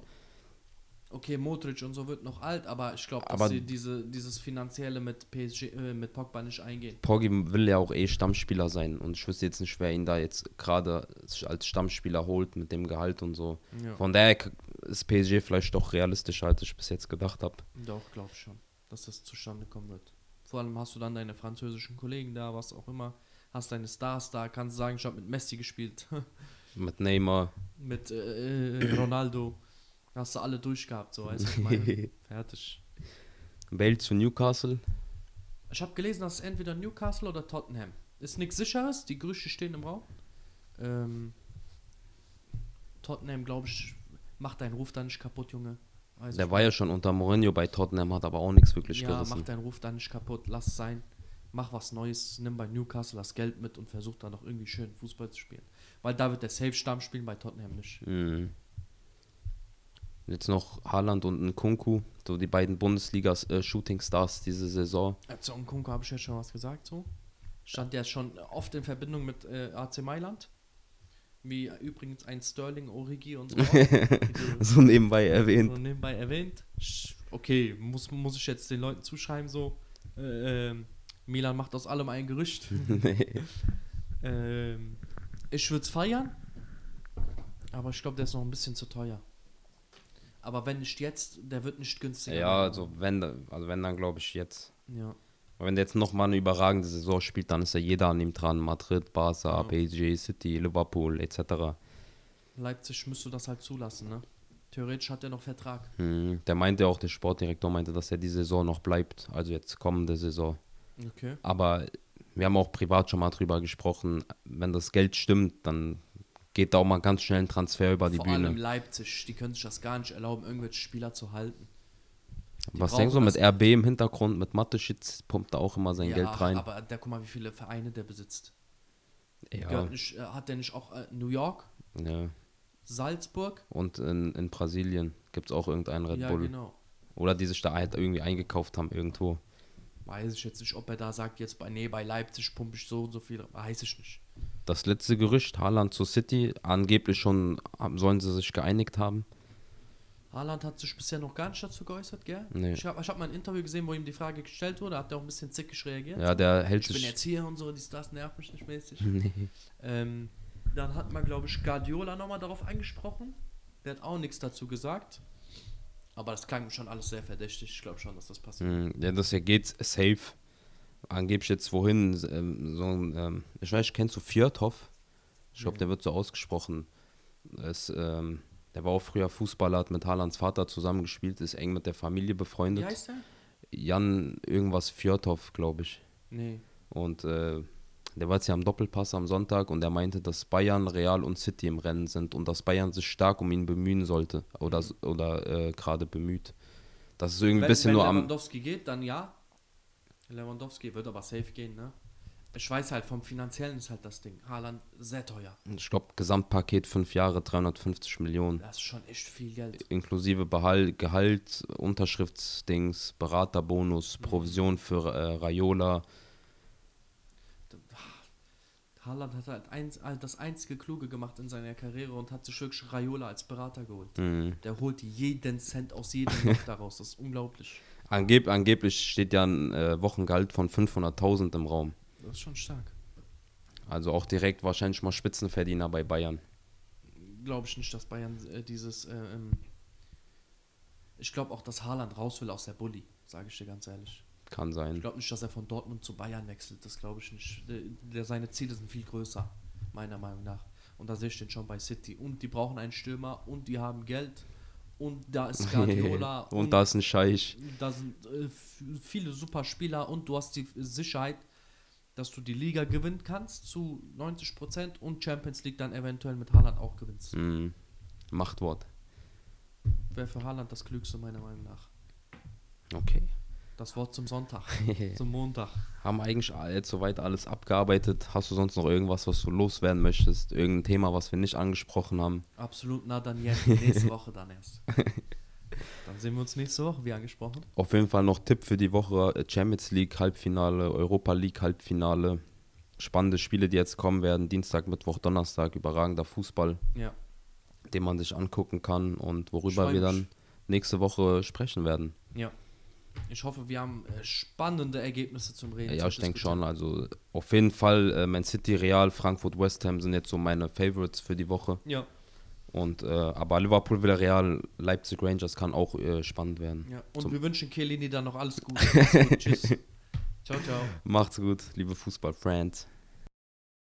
Okay, Modric und so wird noch alt, aber ich glaube, dass Aber- sie diese, dieses Finanzielle mit P S G, äh, mit Pogba nicht eingehen. Poggi will ja auch eh Stammspieler sein und ich wüsste jetzt nicht, wer ihn da jetzt gerade als Stammspieler holt mit dem Gehalt und so. Ja. Von daher k- ist P S G vielleicht doch realistischer, als ich bis jetzt gedacht habe. Doch, glaube ich schon, dass das zustande kommen wird. Vor allem hast du dann deine französischen Kollegen da, was auch immer. Hast deine Stars da, kannst sagen, ich habe mit Messi gespielt, Mit Neymar. mit äh, äh, Ronaldo. Hast du alle durchgehabt, so weißt du, was ich meine? Fertig. Bale zu Newcastle. Ich habe gelesen, dass es entweder Newcastle oder Tottenham. Ist nichts Sicheres, die Gerüchte stehen im Raum. Ähm, Tottenham, glaube ich, macht deinen Ruf da nicht kaputt, Junge. Weiß Der ich war ja schon unter Mourinho bei Tottenham, hat aber auch nichts wirklich Ja, gerissen. mach deinen Ruf da nicht kaputt, lass es sein. Mach was Neues, nimm bei Newcastle das Geld mit und versuch da noch irgendwie schön Fußball zu spielen. Weil da wird der Safe Stamm spielen, bei Tottenham nicht. Mhm. Jetzt noch Haaland und Nkunku, so die beiden Bundesliga-Shooting-Stars diese Saison. Zu Nkunku habe ich ja schon was gesagt, so. Stand ja schon oft in Verbindung mit äh, A C Mailand. Wie übrigens ein Sterling, Origi und so. Die So nebenbei du erwähnt. so nebenbei erwähnt. Sch- Okay, muss, muss ich jetzt den Leuten zuschreiben, so. Äh, ähm, Milan macht aus allem ein Gerücht. Nee. ähm, ich würde es feiern, aber ich glaube, der ist noch ein bisschen zu teuer. Aber wenn nicht jetzt, der wird nicht günstiger. Ja, werden. also wenn, da- also wenn dann glaube ich jetzt. Ja. Aber wenn der jetzt nochmal eine überragende Saison spielt, dann ist ja jeder an ihm dran. Madrid, Barca, Ja. P S G, City, Liverpool et cetera. Leipzig müsste das halt zulassen, ne? Theoretisch hat er noch Vertrag. Hm, der meinte auch, der Sportdirektor meinte, dass er die Saison noch bleibt. Also jetzt kommende Saison. Okay. Aber wir haben auch privat schon mal drüber gesprochen. Wenn das Geld stimmt, dann geht da auch mal ganz schnell ein Transfer über die Vor Bühne. allem Leipzig, die können sich das gar nicht erlauben, irgendwelche Spieler zu halten. Die Was brauchen denkst du mit das- R B im Hintergrund, mit Mateschitz pumpt da auch immer sein Geld rein? aber da guck mal, wie viele Vereine der besitzt. Ja, Gehört nicht, äh, hat der nicht auch äh, New York, ja. Salzburg? Und in, in Brasilien gibt es auch irgendeinen Red ja, Bull. genau. Oder die sich da halt irgendwie eingekauft haben irgendwo. Weiß ich jetzt nicht, ob er da sagt, jetzt bei, nee, bei Leipzig pumpe ich so und so viel. Weiß ich nicht. Das letzte Gerücht, Haaland zu City, angeblich schon haben- sollen sie sich geeinigt haben. Haaland hat sich bisher noch gar nicht dazu geäußert, gell? Nee. Ich habe ich hab mal ein Interview gesehen, wo ihm die Frage gestellt wurde, hat er auch ein bisschen zickig reagiert. Ja, der hält Ich bin sich. jetzt hier und so, dies, das nervt mich nicht mäßig. Nee. ähm, dann hat man, glaube ich, Guardiola nochmal darauf angesprochen. Der hat auch nichts dazu gesagt. Aber das klang schon alles sehr verdächtig. Ich glaube schon, dass das passiert. Mm, Ja, das ja geht safe. Angeblich jetzt wohin, ähm, so ein, ähm, ich weiß, kennst du Fjordhoff? Ich glaube, Nee. der wird so ausgesprochen. Es, ähm, der war auch früher Fußballer, hat mit Haalands Vater zusammengespielt, ist eng mit der Familie Wie befreundet. heißt der? Jan irgendwas Fjordhoff, glaube ich. Nee. Und äh, der war jetzt ja am Doppelpass am Sonntag und er meinte, dass Bayern, Real und City im Rennen sind und dass Bayern sich stark um ihn bemühen sollte oder, s- oder äh, gerade bemüht. Das ist irgendwie ein Wenn, bisschen wenn nur am. Lewandowski geht, dann ja. Lewandowski wird aber safe gehen, ne? Ich weiß halt, vom Finanziellen ist halt das Ding. Haaland sehr teuer. Ich glaube, Gesamtpaket fünf Jahre, dreihundertfünfzig Millionen. Das ist schon echt viel Geld. Inklusive Behalt, Gehalt, Unterschriftsdings, Beraterbonus, Provision für äh, Raiola. Haaland hat halt eins, halt das einzige Kluge gemacht in seiner Karriere und hat sich wirklich Raiola als Berater geholt. Mhm. Der holt jeden Cent aus jedem Loch daraus. Das ist unglaublich. Angeb angeblich steht ja ein äh, Wochengehalt von fünfhunderttausend im Raum. Das ist schon stark. Also auch direkt wahrscheinlich mal Spitzenverdiener bei Bayern. Glaube ich nicht, dass Bayern äh, dieses. Äh, ähm, ich glaube auch, dass Haaland raus will aus der Bulli, sage ich dir ganz ehrlich. Kann sein. Ich glaube nicht, dass er von Dortmund zu Bayern wechselt. Das glaube ich nicht. Der, der, seine Ziele sind viel größer, meiner Meinung nach. Und da sehe ich den schon bei City. Und die brauchen einen Stürmer und die haben Geld. Und da ist Guardiola. und, und da ist ein Scheich. Da sind äh, f- viele super Spieler und du hast die Sicherheit, dass du die Liga gewinnen kannst zu neunzig Prozent und Champions League dann eventuell mit Haaland auch gewinnst. Mhm. Machtwort. Wäre für Haaland das Klügste, meiner Meinung nach. Okay. Das Wort zum Sonntag, zum Montag. Haben eigentlich jetzt soweit alles abgearbeitet. Hast du sonst noch irgendwas, was du loswerden möchtest? Irgendein Thema, was wir nicht angesprochen haben? Absolut, na dann jetzt, nächste Woche dann erst. Dann sehen wir uns nächste Woche, wie angesprochen. Auf jeden Fall noch Tipp für die Woche: Champions League Halbfinale, Europa League Halbfinale. Spannende Spiele, die jetzt kommen werden. Dienstag, Mittwoch, Donnerstag. Überragender Fußball, Ja. den man sich angucken kann und Ich worüber freu wir mich. dann nächste Woche sprechen werden. Ja. Ich hoffe, wir haben äh, spannende Ergebnisse zum Reden. Ja, zu ich denke diskutieren. schon. Also auf jeden Fall äh, Man City, Real, Frankfurt, West Ham sind jetzt so meine Favorites für die Woche. Ja. Und äh, aber Liverpool, Villarreal, Leipzig, Rangers kann auch äh, spannend werden. Ja. Und Zum- wir wünschen Chiellini dann noch alles Gute. Alles Gute. Tschüss. Ciao, ciao. Macht's gut, liebe Fußballfriends.